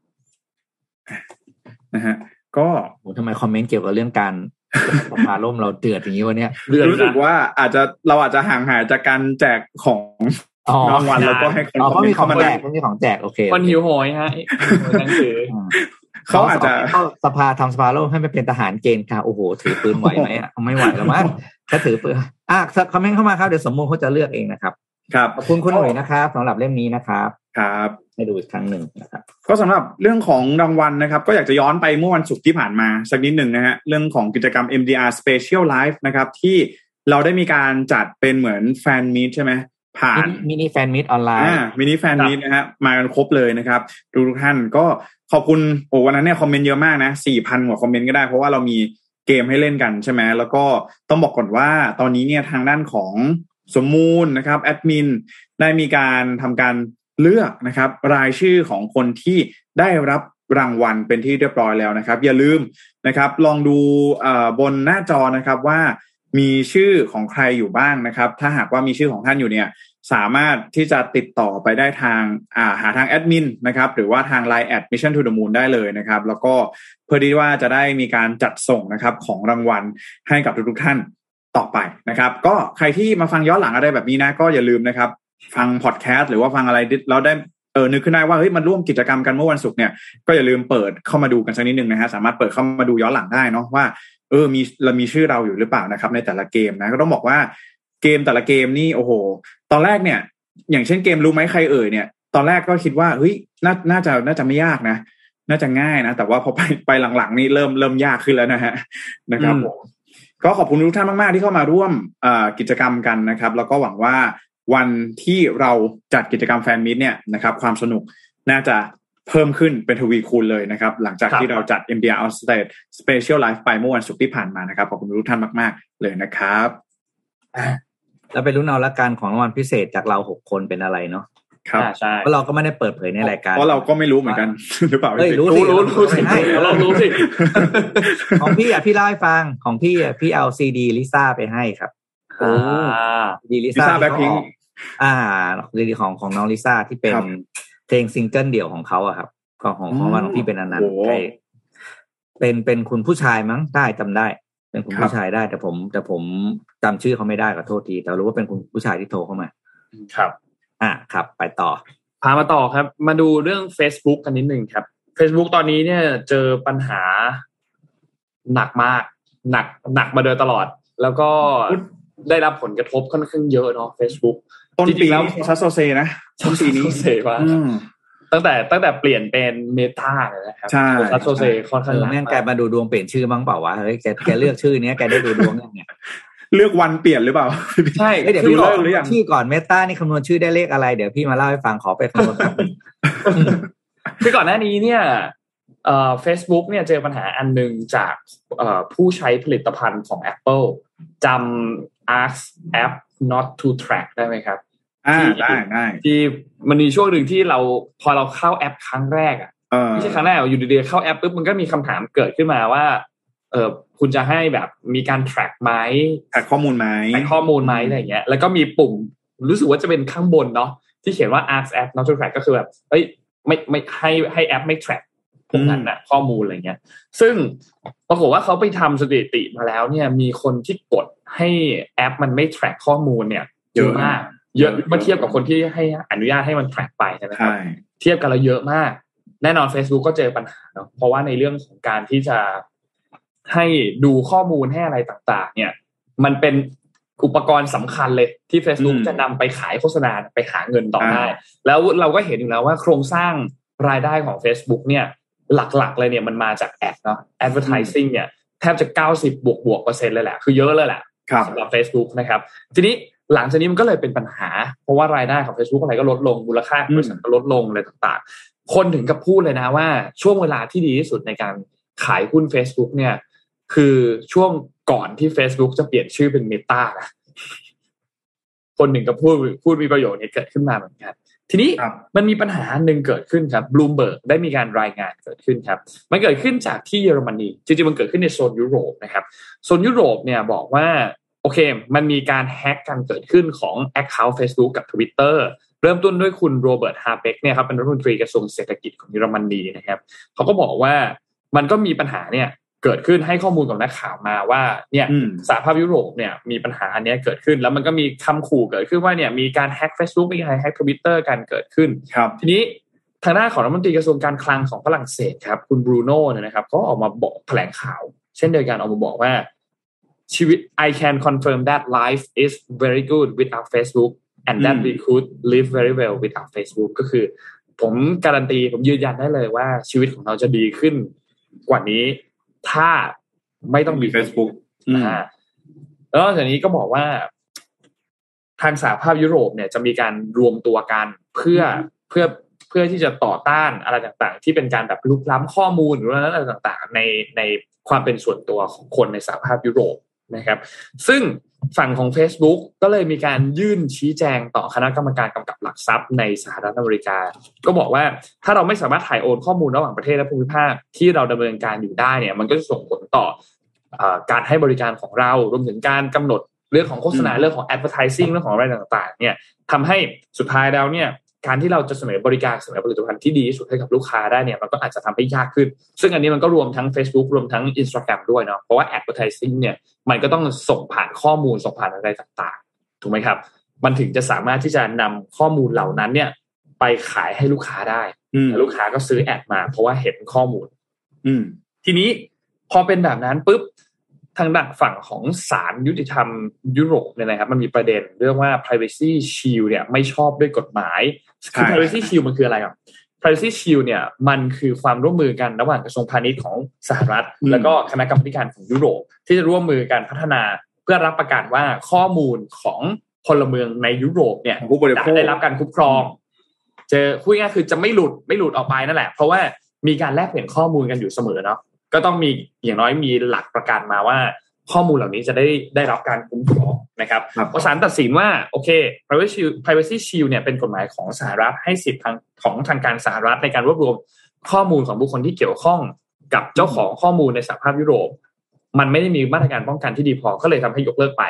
นะฮะก็ทำไมคอมเมนต์เกี่ยวกับเรื่องการสภาล่มเราเดือดอย่างนี้วะเนี่ยรู้สึกว่าเราอาจจะห่างหายจากการแจกของรางวัลแล้วก็ให้คนเข้ามาแจกมีของแจกโอเคคนหิวโหยฮะหนังสือเขาอาจจะเข้าสภาทำสภาล่มให้ไปเป็นทหารเกณฑ์ค่ะโอ้โหถือปืนไหวไหมไม่ไหวแล้วมั้งถ้าถือปืนคอมเมนต์เข้ามาครับเดี๋ยวสมมุติเขาจะเลือกเองนะครับครับขอบคุณคุณหนุ่ยนะครับสำหรับเล่มนี้นะครับครับให้ดูอีกครั้งหนึ่งนะครับก็สำหรับเรื่องของรางวัลนะครับก็อยากจะย้อนไปเมื่อวันศุกร์ที่ผ่านมาสักนิดหนึ่งนะฮะเรื่องของกิจกรรม MDR Special Live นะครับที่เราได้มีการจัดเป็นเหมือนแฟนมีตใช่ไหมผ่านมินิแฟนมีตออนไลน์มินิแฟนมีตนะฮะมากันครบเลยนะครับทุกท่านก็ขอบคุณวันนั้นเนี่ยคอมเมนต์เยอะมากนะ 4,000 กว่าคอมเมนต์ก็ได้เพราะว่าเรามีเกมให้เล่นกันใช่ไหมแล้วก็ต้องบอกก่อนว่าตอนนี้เนี่ยทางด้านของสมมูลนะครับแอดมินได้มีการทำการเลือกนะครับรายชื่อของคนที่ได้รับรางวัลเป็นที่เรียบร้อยแล้วนะครับอย่าลืมนะครับลองดูบนหน้าจอนะครับว่ามีชื่อของใครอยู่บ้างนะครับถ้าหากว่ามีชื่อของท่านอยู่เนี่ยสามารถที่จะติดต่อไปได้ทางหาทางแอดมินนะครับหรือว่าทาง Line @Mission to the Moon ได้เลยนะครับแล้วก็เพื่อที่ว่าจะได้มีการจัดส่งนะครับของรางวัลให้กับทุกท่านต่อไปนะครับก็ใครที่มาฟังย้อนหลังอะไรแบบนี้นะก็อย่าลืมนะครับฟังพอดแคสต์หรือว่าฟังอะไรเราได้นึกขึ้นได้ว่าเฮ้ยมันร่วมกิจกรรมกันเมื่อวันศุกร์เนี่ยก็อย่าลืมเปิดเข้ามาดูกันสักนิดนึงนะฮะสามารถเปิดเข้ามาดูย้อนหลังได้เนาะว่ามีชื่อเราอยู่หรือเปล่านะครับในแต่ละเกมนะก็ต้องบอกว่าเกมแต่ละเกมนี่โอ้โหตอนแรกเนี่ยอย่างเช่นเกมรู้ไหมใครเนี่ยตอนแรกก็คิดว่าเฮ้ยน่าจะไม่ยากนะน่าจะง่ายนะแต่ว่าพอไปหลังๆนี่เริ่มยากขึ้นแล้วนะครับผมก็ขอบคุณทุกท่านมากๆที่เข้ามาร่วมกิจกรรมกันนะครับแล้วก็หวังว่าวันที่เราจัดกิจกรรมแฟนมีตเนี่ยนะครับความสนุกน่าจะเพิ่มขึ้นเป็นทวีคูณเลยนะครับหลังจากที่เราจัด MDR On Stage Special Live ไปเมื่อวันศุกร์ที่ผ่านมานะครับขอบคุณทุกท่านมากๆเลยนะครับแล้วไปลุ้นเอาละกันของรางวัลพิเศษจากเรา6คนเป็นอะไรเนาะครับใช่เพราะเราก็ไม่ได้เปิดเผยในรายการเพราะเราก็ไม่รู้เหมือนกันหรือเปล่ารู้สิให้เรารู้สิของพี่พี่เล่าให้ฟังของพี่เอาซีดีลิซ่าไปให้ครับดีลิซ่าแบ็คพิงค์ดีของน้องลิซ่าที่เป็นเพลงซิงเกิลเดี่ยวของเขาอะครับของวันของพี่เป็นอันนั้นเป็นคุณผู้ชายมั้งได้จำได้เป็นคุณผู้ชายได้แต่ผมจำชื่อเขาไม่ได้ขอโทษทีแต่รู้ว่าเป็นคุณผู้ชายที่โทรเข้ามาครับครับไปต่อพามาต่อครับมาดูเรื่อง Facebook กันนิดนึงครับ Facebook ตอนนี้เนี่ยเจอปัญหาหนักมากหนักมาโดยตลอดแล้วก็ได้รับผลกระทบค่อนข้างเยอะเนาะ Facebook ต้นปีแล้วซัสโซเซนะต้นปีนี้เซว่าตั้งแต่เปลี่ยนเป็นเมตาเลยนะครับซัสโซเซค่อนข้างแม่งแกมาดูดวงเปลี่ยนชื่อบ้างเปล่าวะเฮ้ยแกเลือกชื่อนี้แกได้ดูดวงยังไงเลือกวันเปลี่ยนหรือเปล่าใช่เดี๋ยวพี่เลิกหรือยังชื่อก่อนเมตานี่คำนวณชื่อได้เลขอะไรเดี๋ยวพี่มาเล่าให้ฟังขอไปคำนวณครับคือก่อนหน้านี้เนี่ยFacebook เนี่ยเจอปัญหาอันนึงจากผู้ใช้ผลิตภัณฑ์ของ Apple จำ Ask App Not to Track ได้ไหมครับได้ที่มันมีช่วงหนึ่งที่พอเราเข้าแอปครั้งแรกไม่ใช่ครั้งแรกอยู่ดีๆเข้าแอปปุ๊บมันก็มีคำถามเกิดขึ้นมาว่าคุณจะให้แบบมีการ track ไหม track ข้อมูลไหมอะไรอย่างเงี้ยแล้วก็มีปุ่มรู้สึกว่าจะเป็นข้างบนเนาะที่เขียนว่า ask app not to track ก็คือแบบไม่ให้แอปไม่ track พวกนั้นนะข้อมูลอะไรเงี้ยซึ่งปรากฏว่าเขาไปทำสถิติมาแล้วเนี่ยมีคนที่กดให้แอปมันไม่ track ข้อมูลเนี่ยเยอะมากเยอะเมื่อเทียบกับคนที่ให้อนุญาตให้มัน track ไปนะครับเทียบกันแล้วเยอะมากแน่นอน Facebook ก็เจอปัญหาเนาะเพราะว่าในเรื่องของการที่จะให้ดูข้อมูลให้อะไรต่างๆเนี่ยมันเป็นอุปกรณ์สำคัญเลยที่ Facebook จะนำไปขายโฆษณาไปหาเงินต่อได้แล้วเราก็เห็นอยู่แล้วว่าโครงสร้างรายได้ของ Facebook เนี่ยหลักๆเลยเนี่ยมันมาจากแอดเนาะ advertising เนี่ยแทบจะ90บวกเปอร์เซ็นต์เลยแหละคือเยอะเลยแหละสำหรับ Facebook นะครับทีนี้หลังจากนี้มันก็เลยเป็นปัญหาเพราะว่ารายได้ของ Facebook อะไรก็ลดลงมูลค่าบริษัทก็ลดลงอะไรต่างๆคนถึงกับพูดเลยนะว่าช่วงเวลาที่ดีที่สุดในการขายหุ้น Facebook เนี่ยคือช่วงก่อนที่ Facebook จะเปลี่ยนชื่อเป็น Meta นะคนหนึ่งก็พูดมีประโยชน์นี้เกิดขึ้นมาเหมือนกันทีนี้มันมีปัญหาหนึ่งเกิดขึ้นครับ Bloomberg ได้มีการรายงานเกิดขึ้นครับมันเกิดขึ้นจากที่เยอรมนีจริงๆมันเกิดขึ้นในโซนยุโรปนะครับโซนยุโรปเนี่ยบอกว่าโอเคมันมีการแฮ็กกันเกิดขึ้นของ Account Facebook กับ Twitter เริ่มต้นด้วยคุณโรเบิร์ตฮาเบกเนี่ยครับเป็นรัฐมนตรีกระทรวงเศรษฐกิจของเยอรมนีนะครับเขาก็บอกว่ามันก็มีปัญหาเนี่ยเกิดขึ้นให้ข้อมูลกับนักข่าวมาว่าเนี่ยสหภาพยุโรปเนี่ยมีปัญหาอันนี้เกิดขึ้นแล้วมันก็มีคำขู่เกิดขึ้นว่าเนี่ยมีการแฮ็ก Facebook มีการแฮ็ก Twitter กันเกิดขึ้นทีนี้ทางด้านของรัฐมนตรีกระทรวงการคลังของฝรั่งเศสครับคุณบรูโน่เนี่ยนะครับก็ออกมาบอกแถลงข่าวเช่นเดียวกันออกมาบอกว่าชีวิต I can confirm that life is very good without Facebook and that we could live very well without Facebook ก็คือผมการันตีผมยืนยันได้เลยว่าชีวิตของเราจะดีขึ้นกว่านี้ถ้าไม่ต้องมี Facebook แล้วจากนี้ก็บอกว่าทางสหภาพยุโรปเนี่ยจะมีการรวมตัวกันเพื่อที่จะต่อต้านอะไรต่างๆที่เป็นการแบบลุกล้ำข้อมูลหรืออะไรต่างๆในความเป็นส่วนตัวของคนในสหภาพยุโรปนะครับซึ่งฝั่งของ Facebook ก็เลยมีการยื่นชี้แจงต่อคณะกรรมการกำกับหลักทรัพย์ในสหรัฐอเมริกาก็บอกว่าถ้าเราไม่สามารถถ่ายโอนข้อมูลระหว่างประเทศและภูมิภาคที่เราดำเนินการอยู่ได้เนี่ยมันก็จะส่งผลต่อการให้บริการของเรารวมถึงการกำหนดเรื่องของโฆษณาเรื่องของ advertising เรื่องของอะไรต่างๆเนี่ยทำให้สุดท้ายแล้วเนี่ยการที่เราจะเสนอบริการเสนอผลิตภัณฑ์ที่ดีที่สุดให้กับลูกค้าได้เนี่ยมันก็อาจจะทำให้ยากขึ้นซึ่งอันนี้มันก็รวมทั้ง Facebook รวมทั้ง Instagram ด้วยเนาะเพราะว่า advertising เนี่ยมันก็ต้องส่งผ่านข้อมูลส่งผ่านอะไรต่างๆถูกไหมครับมันถึงจะสามารถที่จะนำข้อมูลเหล่านั้นเนี่ยไปขายให้ลูกค้าได้ลูกค้าก็ซื้อแอดมาเพราะว่าเห็นข้อมูลทีนี้พอเป็นแบบนั้นปุ๊บทางด้านฝั่งของศาลยุติธรรมยุโรปเนี่ยนะครับมันมีประเด็นเรื่องว่า Privacy Shield เนี่ยไม่ชอบด้วยกฎหมายคือ Privacy Shield มันคืออะไรครับ Privacy Shield เนี่ยมันคือความร่วมมือกันระหว่างกระทรวงพาณิชย์ของสหรัฐแล้วก็คณะกรรมการของยุโรปที่จะร่วมมือกันพัฒนาเพื่อรับประกันว่าข้อมูลของพลเมืองในยุโรปเนี่ยจะได้รับการคุ้มครองพูดง่ายๆคือจะไม่หลุดออกไปนั่นแหละเพราะว่ามีการแลกเปลี่ยนข้อมูลกันอยู่เสมอเนาะก็ต้องมีอย่างน้อยมีหลักประกันมาว่าข้อมูลเหล่านี้จะได้รับการคุ้มครองนะครับพอศาลตัดสินว่าโอเค Privacy Shield เนี่ยเป็นกฎหมายของสหรัฐให้สิทธิ์ของทางการสหรัฐในการรวบรวมข้อมูลของบุคคลที่เกี่ยวข้องกับเจ้าของข้อมูลในสหภาพยุโรปมันไม่ได้มีมาตรการป้องกันที่ดีพอก็เลยทำให้ยกเลิกไป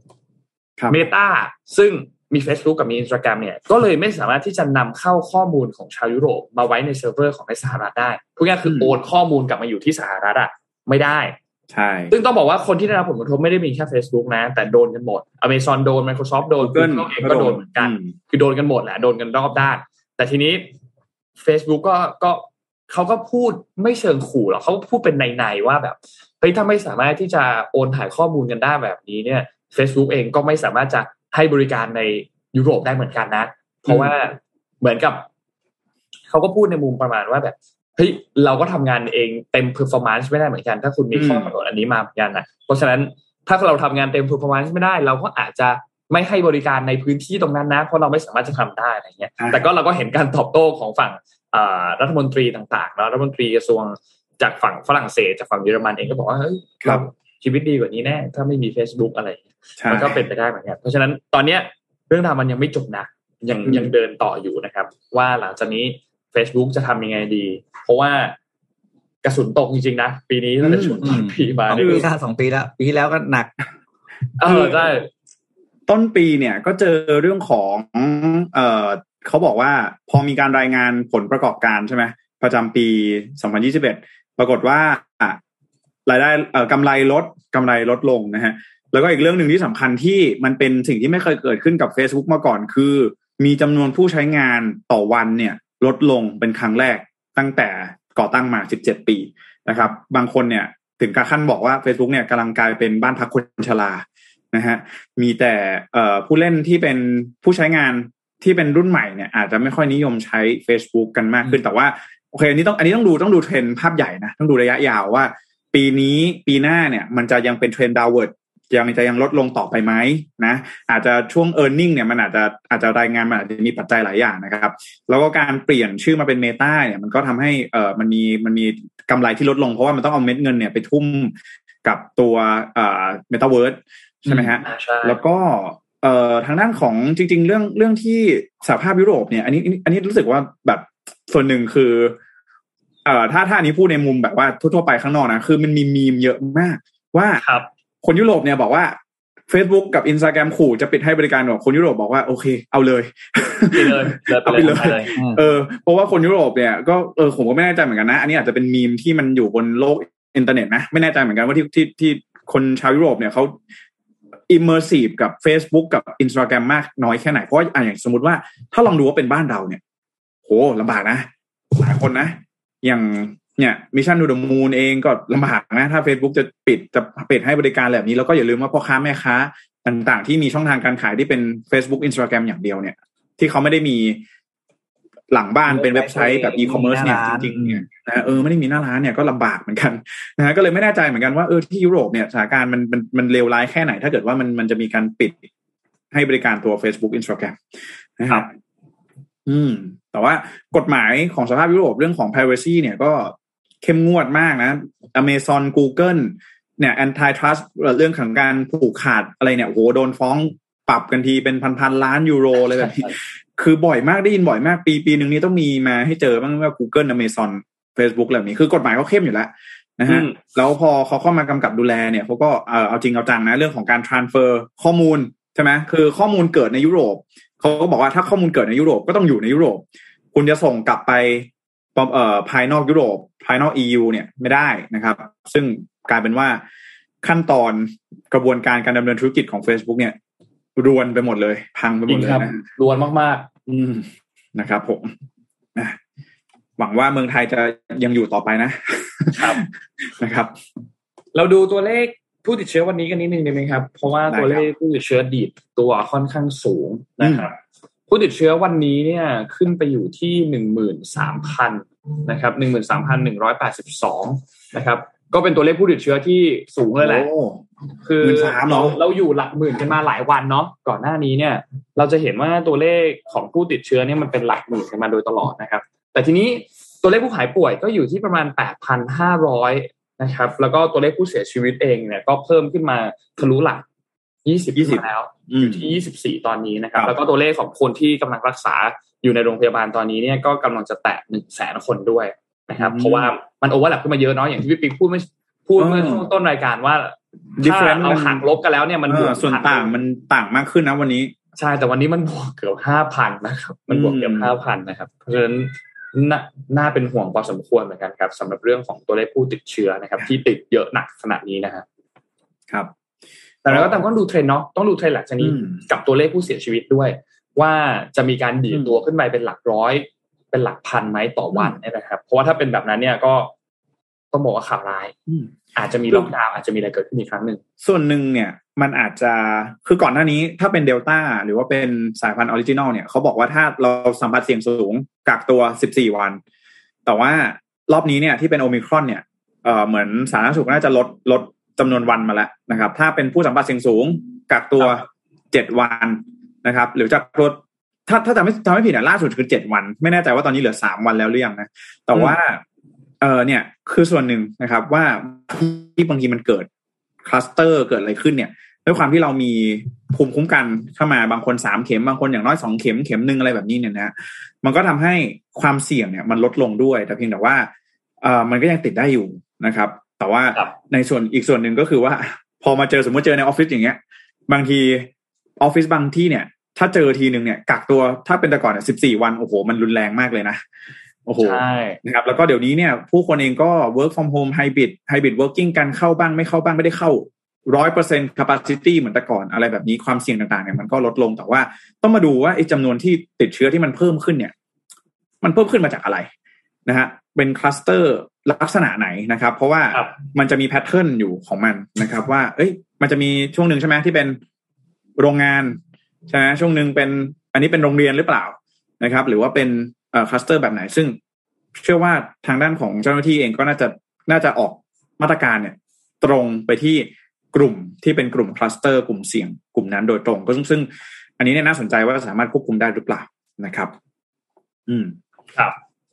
Meta ซึ่งมี Facebook กับมี Instagram เนี่ยก็เลยไม่สามารถที่จะนำเข้าข้อมูลของชาวยุโรปมาไว้ในเซิร์ฟเวอร์ของในสหรัฐได้พูดง่ายๆคือโอนข้อมูลกลับมาอยู่ที่สหรัฐอ่ะไม่ได้ใช่ซึ่งต้องบอกว่าคนที่ได้รับผลกระทบไม่ได้มีแค่ Facebook นะแต่โดนกันหมด Amazon โดน Microsoft โดน Google เองก็โดนเหมือนกันคือโดนกันหมดแหละโดนกันรอบด้านแต่ทีนี้ Facebook ก็เขาก็พูดไม่เชิงขู่หรอกเขาพูดเป็นในๆว่าแบบเฮ้ยถ้าไม่สามารถที่จะโอนถ่ายข้อมูลกันได้แบบนี้เนี่ย Facebook เองก็ไม่สามารถจะให้บริการในยุโรปได้เหมือนกันนะเพราะว่าเหมือนกับเขาก็พูดในมุมประมาณว่าแบบเฮ้ยเราก็ทำงานเองเต็ม performance ไม่ได้เหมือนกันถ้าคุณมีข้อกำหนดอันนี้มาเหมือนกันนะเพราะฉะนั้นถ้าเราทำงานเต็ม performance ไม่ได้เราก็อาจจะไม่ให้บริการในพื้นที่ตรงนั้นนะเพราะเราไม่สามารถจะทำได้อะไรเงี้ยแต่ก็เราก็เห็นการตอบโต้ของฝั่งรัฐมนตรีต่างๆแล้วรัฐมนตรีกระทรวงจากฝั่งฝรั่งเศสจากฝั่งเยอรมันเองก็บอกว่าเฮ้ยเราชีวิตดีกว่านี้แน่ถ้าไม่มี Facebook อะไรมันก็เป็นไปได้เหมือนกันเพราะฉะนั้นตอนเนี้ยเรื่องราวมันยังไม่จบนะยังเดินต่ออยู่นะครับว่าหลังจากนี้ Facebook จะทำยังไงดีเพราะว่ากระสุนตกจริงๆนะปีนี้ตั้งแต่ช่วงต้นปีมา 2 ปีแล้วปีที่แล้วก็หนักใช่ต้นปีเนี่ยก็เจอเรื่องของเขาบอกว่าพอมีการรายงานผลประกอบการใช่ไหมประจำปี2021ปรากฏว่ารายได้กำไรลดลงนะฮะแล้วก็อีกเรื่องหนึ่งที่สำคัญที่มันเป็นสิ่งที่ไม่เคยเกิดขึ้นกับ Facebook มาก่อนคือมีจำนวนผู้ใช้งานต่อวันเนี่ยลดลงเป็นครั้งแรกตั้งแต่ก่อตั้งมา17ปีนะครับบางคนเนี่ยถึงกับขั้นบอกว่า Facebook เนี่ยกำลังกลายเป็นบ้านพักคนชรานะฮะมีแต่ผู้เล่นที่เป็นผู้ใช้งานที่เป็นรุ่นใหม่เนี่ยอาจจะไม่ค่อยนิยมใช้ Facebook กันมากขึ้นแต่ว่าโอเคอันนี้ต้องดูเทรนด์ภาพใหญ่นะต้องดูระยะยาวว่าปีหน้าเนี่ยมันจะยังเป็นเทรนด์ดาวเวิร์ดยังลดลงต่อไปไหมนะอาจจะช่วง earning เนี่ยมันอาจจะรายงานมันอาจจะมีปัจจัยหลายอย่างนะครับแล้วก็การเปลี่ยนชื่อมาเป็น Meta เนี่ยมันก็ทำให้มันมีกำไรที่ลดลงเพราะว่ามันต้องเอาเม็ดเงินเนี่ยไปทุ่มกับตัวMetaverse ใช่ไหมฮะแล้วก็ทางด้านของจริงๆเรื่องที่สหภาพยุโรปเนี่ยอันนี้รู้สึกว่าแบบส่วนหนึ่งคือถ้าอันนี้พูดในมุมแบบว่าทั่วๆไปข้างนอกนะคือมันมีมีมเยอะมากว่าคนยุโรปเนี่ยบอกว่า Facebook กับ Instagram ขู่จะปิดให้บริการคนยุโรปบอกว่าโอเคเอาเลยเอาไปเลยเพราะว่าคนยุโรปเนี่ยก็ผมก็ไม่แน่ใจเหมือนกันนะอันนี้อาจจะเป็นมีมที่มันอยู่บนโลกอินเทอร์เน็ตนะไม่แน่ใจเหมือนกันว่าที่คนชาวยุโรปเนี่ยเขา immersive กับ Facebook กับ Instagram มากน้อยแค่ไหนเพราะอย่างสมมติว่าถ้าลองดูว่าเป็นบ้านเราเนี่ยโหลำบากนะหลายคนนะอย่างเนี่ยมิชชั่นทูเดอะมูนเองก็ลำบากนะถ้า Facebook จะปิดให้บริการแบบนี้แล้วก็อย่าลืมว่าพ่อค้าแม่ค้าต่างๆที่มีช่องทางการขายที่เป็น Facebook Instagram อย่างเดียวเนี่ยที่เขาไม่ได้มีหลังบ้านเป็นเว็บไซต์แบบอีคอมเมิร์ซเนี่ยจริงๆเนี่ยนะไม่ได้มีหน้าร้านเนี่ยก็ลำบากเหมือนกันนะก็เลยไม่แน่ใจเหมือนกันว่าที่ยุโรปเนี่ยสถานการณ์มันเลวร้ายแค่ไหนถ้าเกิดว่ามันจะมีการปิดให้บริการตัว Facebook Instagram นะครับแต่ว่ากฎหมายของสหภาพยุโรปเรื่องของ privacy เนี่ยก็เข้มงวดมากนะ Amazon Google เนี่ย antitrust เรื่องของการผูกขาดอะไรเนี่ยโอ้โหโดนฟ้องปรับกันทีเป็นพันล้านยูโรเลยแบบนี้คือบ่อยมากได้ยินบ่อยมากปีนึงนี้ต้องมีมาให้เจอบ้างว่า Google Amazon Facebook แบบนี้คือกฎหมายเขาเข้มอยู่แล้วนะฮะแล้วพอเขาเข้ามากำกับดูแลเนี่ยเขาก็เอาจริงเอาจังนะเรื่องของการ transfer ข้อมูลใช่ไหมคือข้อมูลเกิดในยุโรปเขาก็บอกว่าถ้าข้อมูลเกิดในยุโรปก็ต้องอยู่ในยุโรปคุณจะส่งกลับไปภายนอกยุโรปภายนอก EU เนี่ยไม่ได้นะครับซึ่งกลายเป็นว่าขั้นตอนกระบวนการการดำเนินธุรกิจของ Facebook เนี่ยรวนไปหมดเลยพังไปหมดเลยนะรวนมากๆนะครับผมหวังว่าเมืองไทยจะยังอยู่ต่อไปนะครับนะครับเราดูตัวเลขผู้ติดเชื้อวันนี้กันนิดนึงได้ไหมครับเพราะว่าตัวเลขผู้ติดเชื้อดีดตัวค่อนข้างสูงนะครับผู้ติดเชื้อวันนี้เนี่ยขึ้นไปอยู่ที่ 13,000 นะครับ 13,182 นะครับก็เป็นตัวเลขผู้ติดเชื้อที่สูงเลยแหละคือเราอยู่หลักหมื่นกันมาหลายวันเนาะก่อนหน้านี้เนี่ยเราจะเห็นว่าตัวเลขของผู้ติดเชื้อเนี่ยมันเป็นหลักหมื่นกันมาโดยตลอดนะครับแต่ทีนี้ตัวเลขผู้หายป่วยก็อยู่ที่ประมาณ 8,500 นะครับแล้วก็ตัวเลขผู้เสียชีวิตเองเนี่ยก็เพิ่มขึ้นมาทะลุหลัก20แล้วอยู่ที่24ตอนนี้นะครับแล้วก็ตัวเลขของคนที่กำลังรักษาอยู่ในโรงพยาบาลตอนนี้เนี่ยก็กำลังจะแตะ 100,000 คนด้วยนะครับเพราะว่ามันโอเวอร์แลปขึ้นมาเยอะเนาะอย่างที่พี่ปิ๊กพูดเมื่อช่วงต้นรายการว่าถ้าเราหักลบกันแล้วเนี่ยมันบวกส่วนต่างมันต่างมากขึ้นนะวันนี้ใช่แต่วันนี้มันบวกเกือบ 5,000 นะครับมันบวกเกือบ 5,000 นะครับเพราะฉะนั้นน่าเป็นห่วงพอสมควรเหมือนกันครับสำหรับเรื่องของตัวเลขผู้ติดเชื้อนะครับที่ติดเยอะหนักขนาดนี้ครับแต่เราก็ต้องดูเทรนด์เนาะต้องดูเทรนด์หลังจากนี้กับตัวเลขผู้เสียชีวิตด้วยว่าจะมีการดีดตัวขึ้นไปเป็นหลักร้อยเป็นหลักพันไหมต่อวันเนี่ยนะครับเพราะว่าถ้าเป็นแบบนั้นเนี่ยก็ต้องบอกว่าข่าวร้ายอาจจะมีล็อกดาวน์อาจจะมีอะไรเกิดขึ้นอีกครั้งหนึ่งส่วนหนึ่งเนี่ยมันอาจจะคือก่อนหน้านี้ถ้าเป็นเดลต้าหรือว่าเป็นสายพันธุ์ออริจินอลเนี่ยเขาบอกว่าถ้าเราสัมผัสเสี่ยงสูงกักตัว14วันแต่ว่ารอบนี้เนี่ยที่เป็นโอมิครอนเนี่ยเหมือนสาธารณสุขน่าจะลดจำนวนวันมาแล้วนะครับถ้าเป็นผู้สัมผัสเสี่ยงสูงกักตัว7วันนะครับหรือจะลดถ้าจำไม่ผิดล่าสุดคือ7วันไม่แน่ใจว่าตอนนี้เหลือ3วันแล้วหรือยังนะแต่ว่าเนี่ยคือส่วนหนึ่งนะครับว่าที่บางทีมันเกิดคลัสเตอร์เกิดอะไรขึ้นเนี่ยด้วยความที่เรามีภูมิคุ้มกันเข้ามาบางคน3เข็มบางคนอย่างน้อย2เข็มนึงอะไรแบบนี้เนี่ยนะมันก็ทำให้ความเสี่ยงเนี่ยมันลดลงด้วยแต่เพียงแต่ว่ามันก็ยังติดได้อยู่นะครับแต่ว่าในอีกส่วนหนึ่งก็คือว่าพอมาสมมติเจอในออฟฟิศอย่างเงี้ยบางทีออฟฟิศบางที่เนี่ยถ้าเจอทีนึงเนี่ยกักตัวถ้าเป็นแต่ก่อนเนี่ย14วันโอ้โหมันรุนแรงมากเลยนะโอ้โหนะครับแล้วก็เดี๋ยวนี้เนี่ยผู้คนเองก็ work from home hybrid working กันเข้าบ้างไม่เข้าบ้างไม่ได้เข้า 100% capacity เหมือนแต่ก่อนอะไรแบบนี้ความเสี่ยงต่างๆเนี่ยมันก็ลดลงแต่ว่าต้องมาดูว่าไอ้จำนวนที่ติดเชื้อที่มันเพิ่มขึ้นเนี่ยมันเพิ่มขึ้นมาจากอะไรนะฮะเป็นคลัสเตอร์ลักษณะไหนนะครับเพราะว่ามันจะมีแพทเทิร์นอยู่ของมันนะครับว่ามันจะมีช่วงหนึ่งใช่ไหมที่เป็นโรงงานใช่ไหมช่วงหนึ่งเป็นอันนี้เป็นโรงเรียนหรือเปล่านะครับหรือว่าเป็นคลัสเตอร์แบบไหนซึ่งเชื่อว่าทางด้านของเจ้าหน้าที่เองก็น่าจะออกมาตรการเนี่ยตรงไปที่กลุ่มที่เป็นกลุ่มคลัสเตอร์กลุ่มเสี่ยงกลุ่มนั้นโดยตรงก็ซึ่งอันนี้เนี่ยน่าสนใจว่าสามารถควบคุมได้หรือเปล่านะครับครับ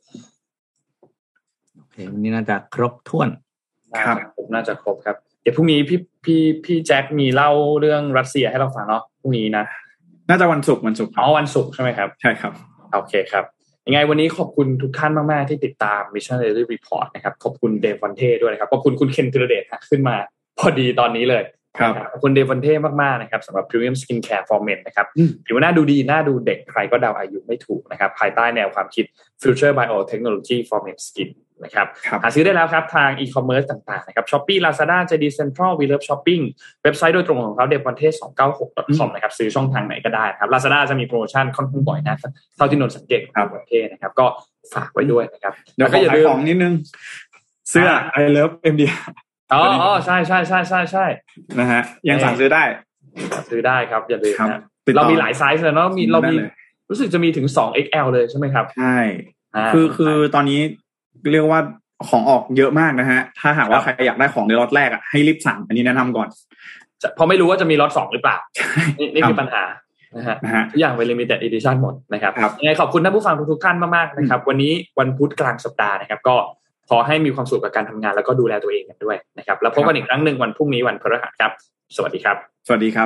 โอเควันนี้น่าจะครบถ้วนครับผมน่าจะครบครับเดี๋ยวพรุ่งนี้พี่แจ็คมีเล่าเรื่องรัสเซียให้เราฟังเนาะพรุ่งนี้นะน่าจะวันศุกร์วันศุกร์ใช่ไหมครับใช่ครับโอเคครับยังไงวันนี้ขอบคุณทุกท่านมากๆที่ติดตาม Mission Daily Report นะครับขอบคุณเดฟวันเท่ด้วยนะครับขอบคุณคุณเคนธีรเดชขึ้นมาพอดีตอนนี้เลยครับขอบคุณเดฟวันเท่มากๆนะครับสำหรับ Premium Skin Care for Men นะครับผิวหน้าดูดีหน้าดูเด็กใครก็เดาอายุไม่ถูกนะครับภายใต้แนวความคิด Future Biotechnology for Men Skin นะครับหาซื้อได้แล้วครับทาง e-commerce ต่างๆนะครับ Shopee Lazada JD Central We Love Shopping เว็บไซต์โดยตรงของเขา devonte296.com นะครับซื้อช่องทางไหนก็ได้ครับ Lazada จะมีโปรโมชั่นค่อนข้างบ่อยนะเท่าที่นนท์สังเกตครับประเทศนะครับก็ฝากไว้ด้วยนะครับแล้วก็อย่าลืมของนิดนึงเสื้อ I Love MDR อ๋อใช่ๆๆๆนะฮะยังสั่งซื้อได้ครับอย่าลืมนะเรามีหลายไซส์เลยเนาะเรามีรู้สึกจะมีถึง 2XL เลยใช่ไหมครับใช่คือตอนนี้เรียกว่าของออกเยอะมากนะฮะถ้าหากว่าใครอยากได้ของในล็อตแรกอ่ะให้รีบสั่งอันนี้แนะนำก่อนเพราะไม่รู้ว่าจะมีล็อต2หรือเปล่านี่คือปัญหานะฮะทุกอย่างเป็น limited edition หมดนะครับยังไงขอบคุณท่านผู้ฟังทุกท่านมากๆนะครับวันนี้วันพุธกลางสัปดาห์นะครับก็ขอให้มีความสุขกับการทำงานแล้วก็ดูแลตัวเองกันด้วยนะครับแล้วพบกันอีกครั้งหนึ่งวันพรุ่งนี้วันพฤหัสครับสวัสดีครับสวัสดีครับ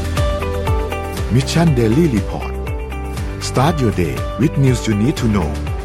Mission Daily Report Start your day with news you need to know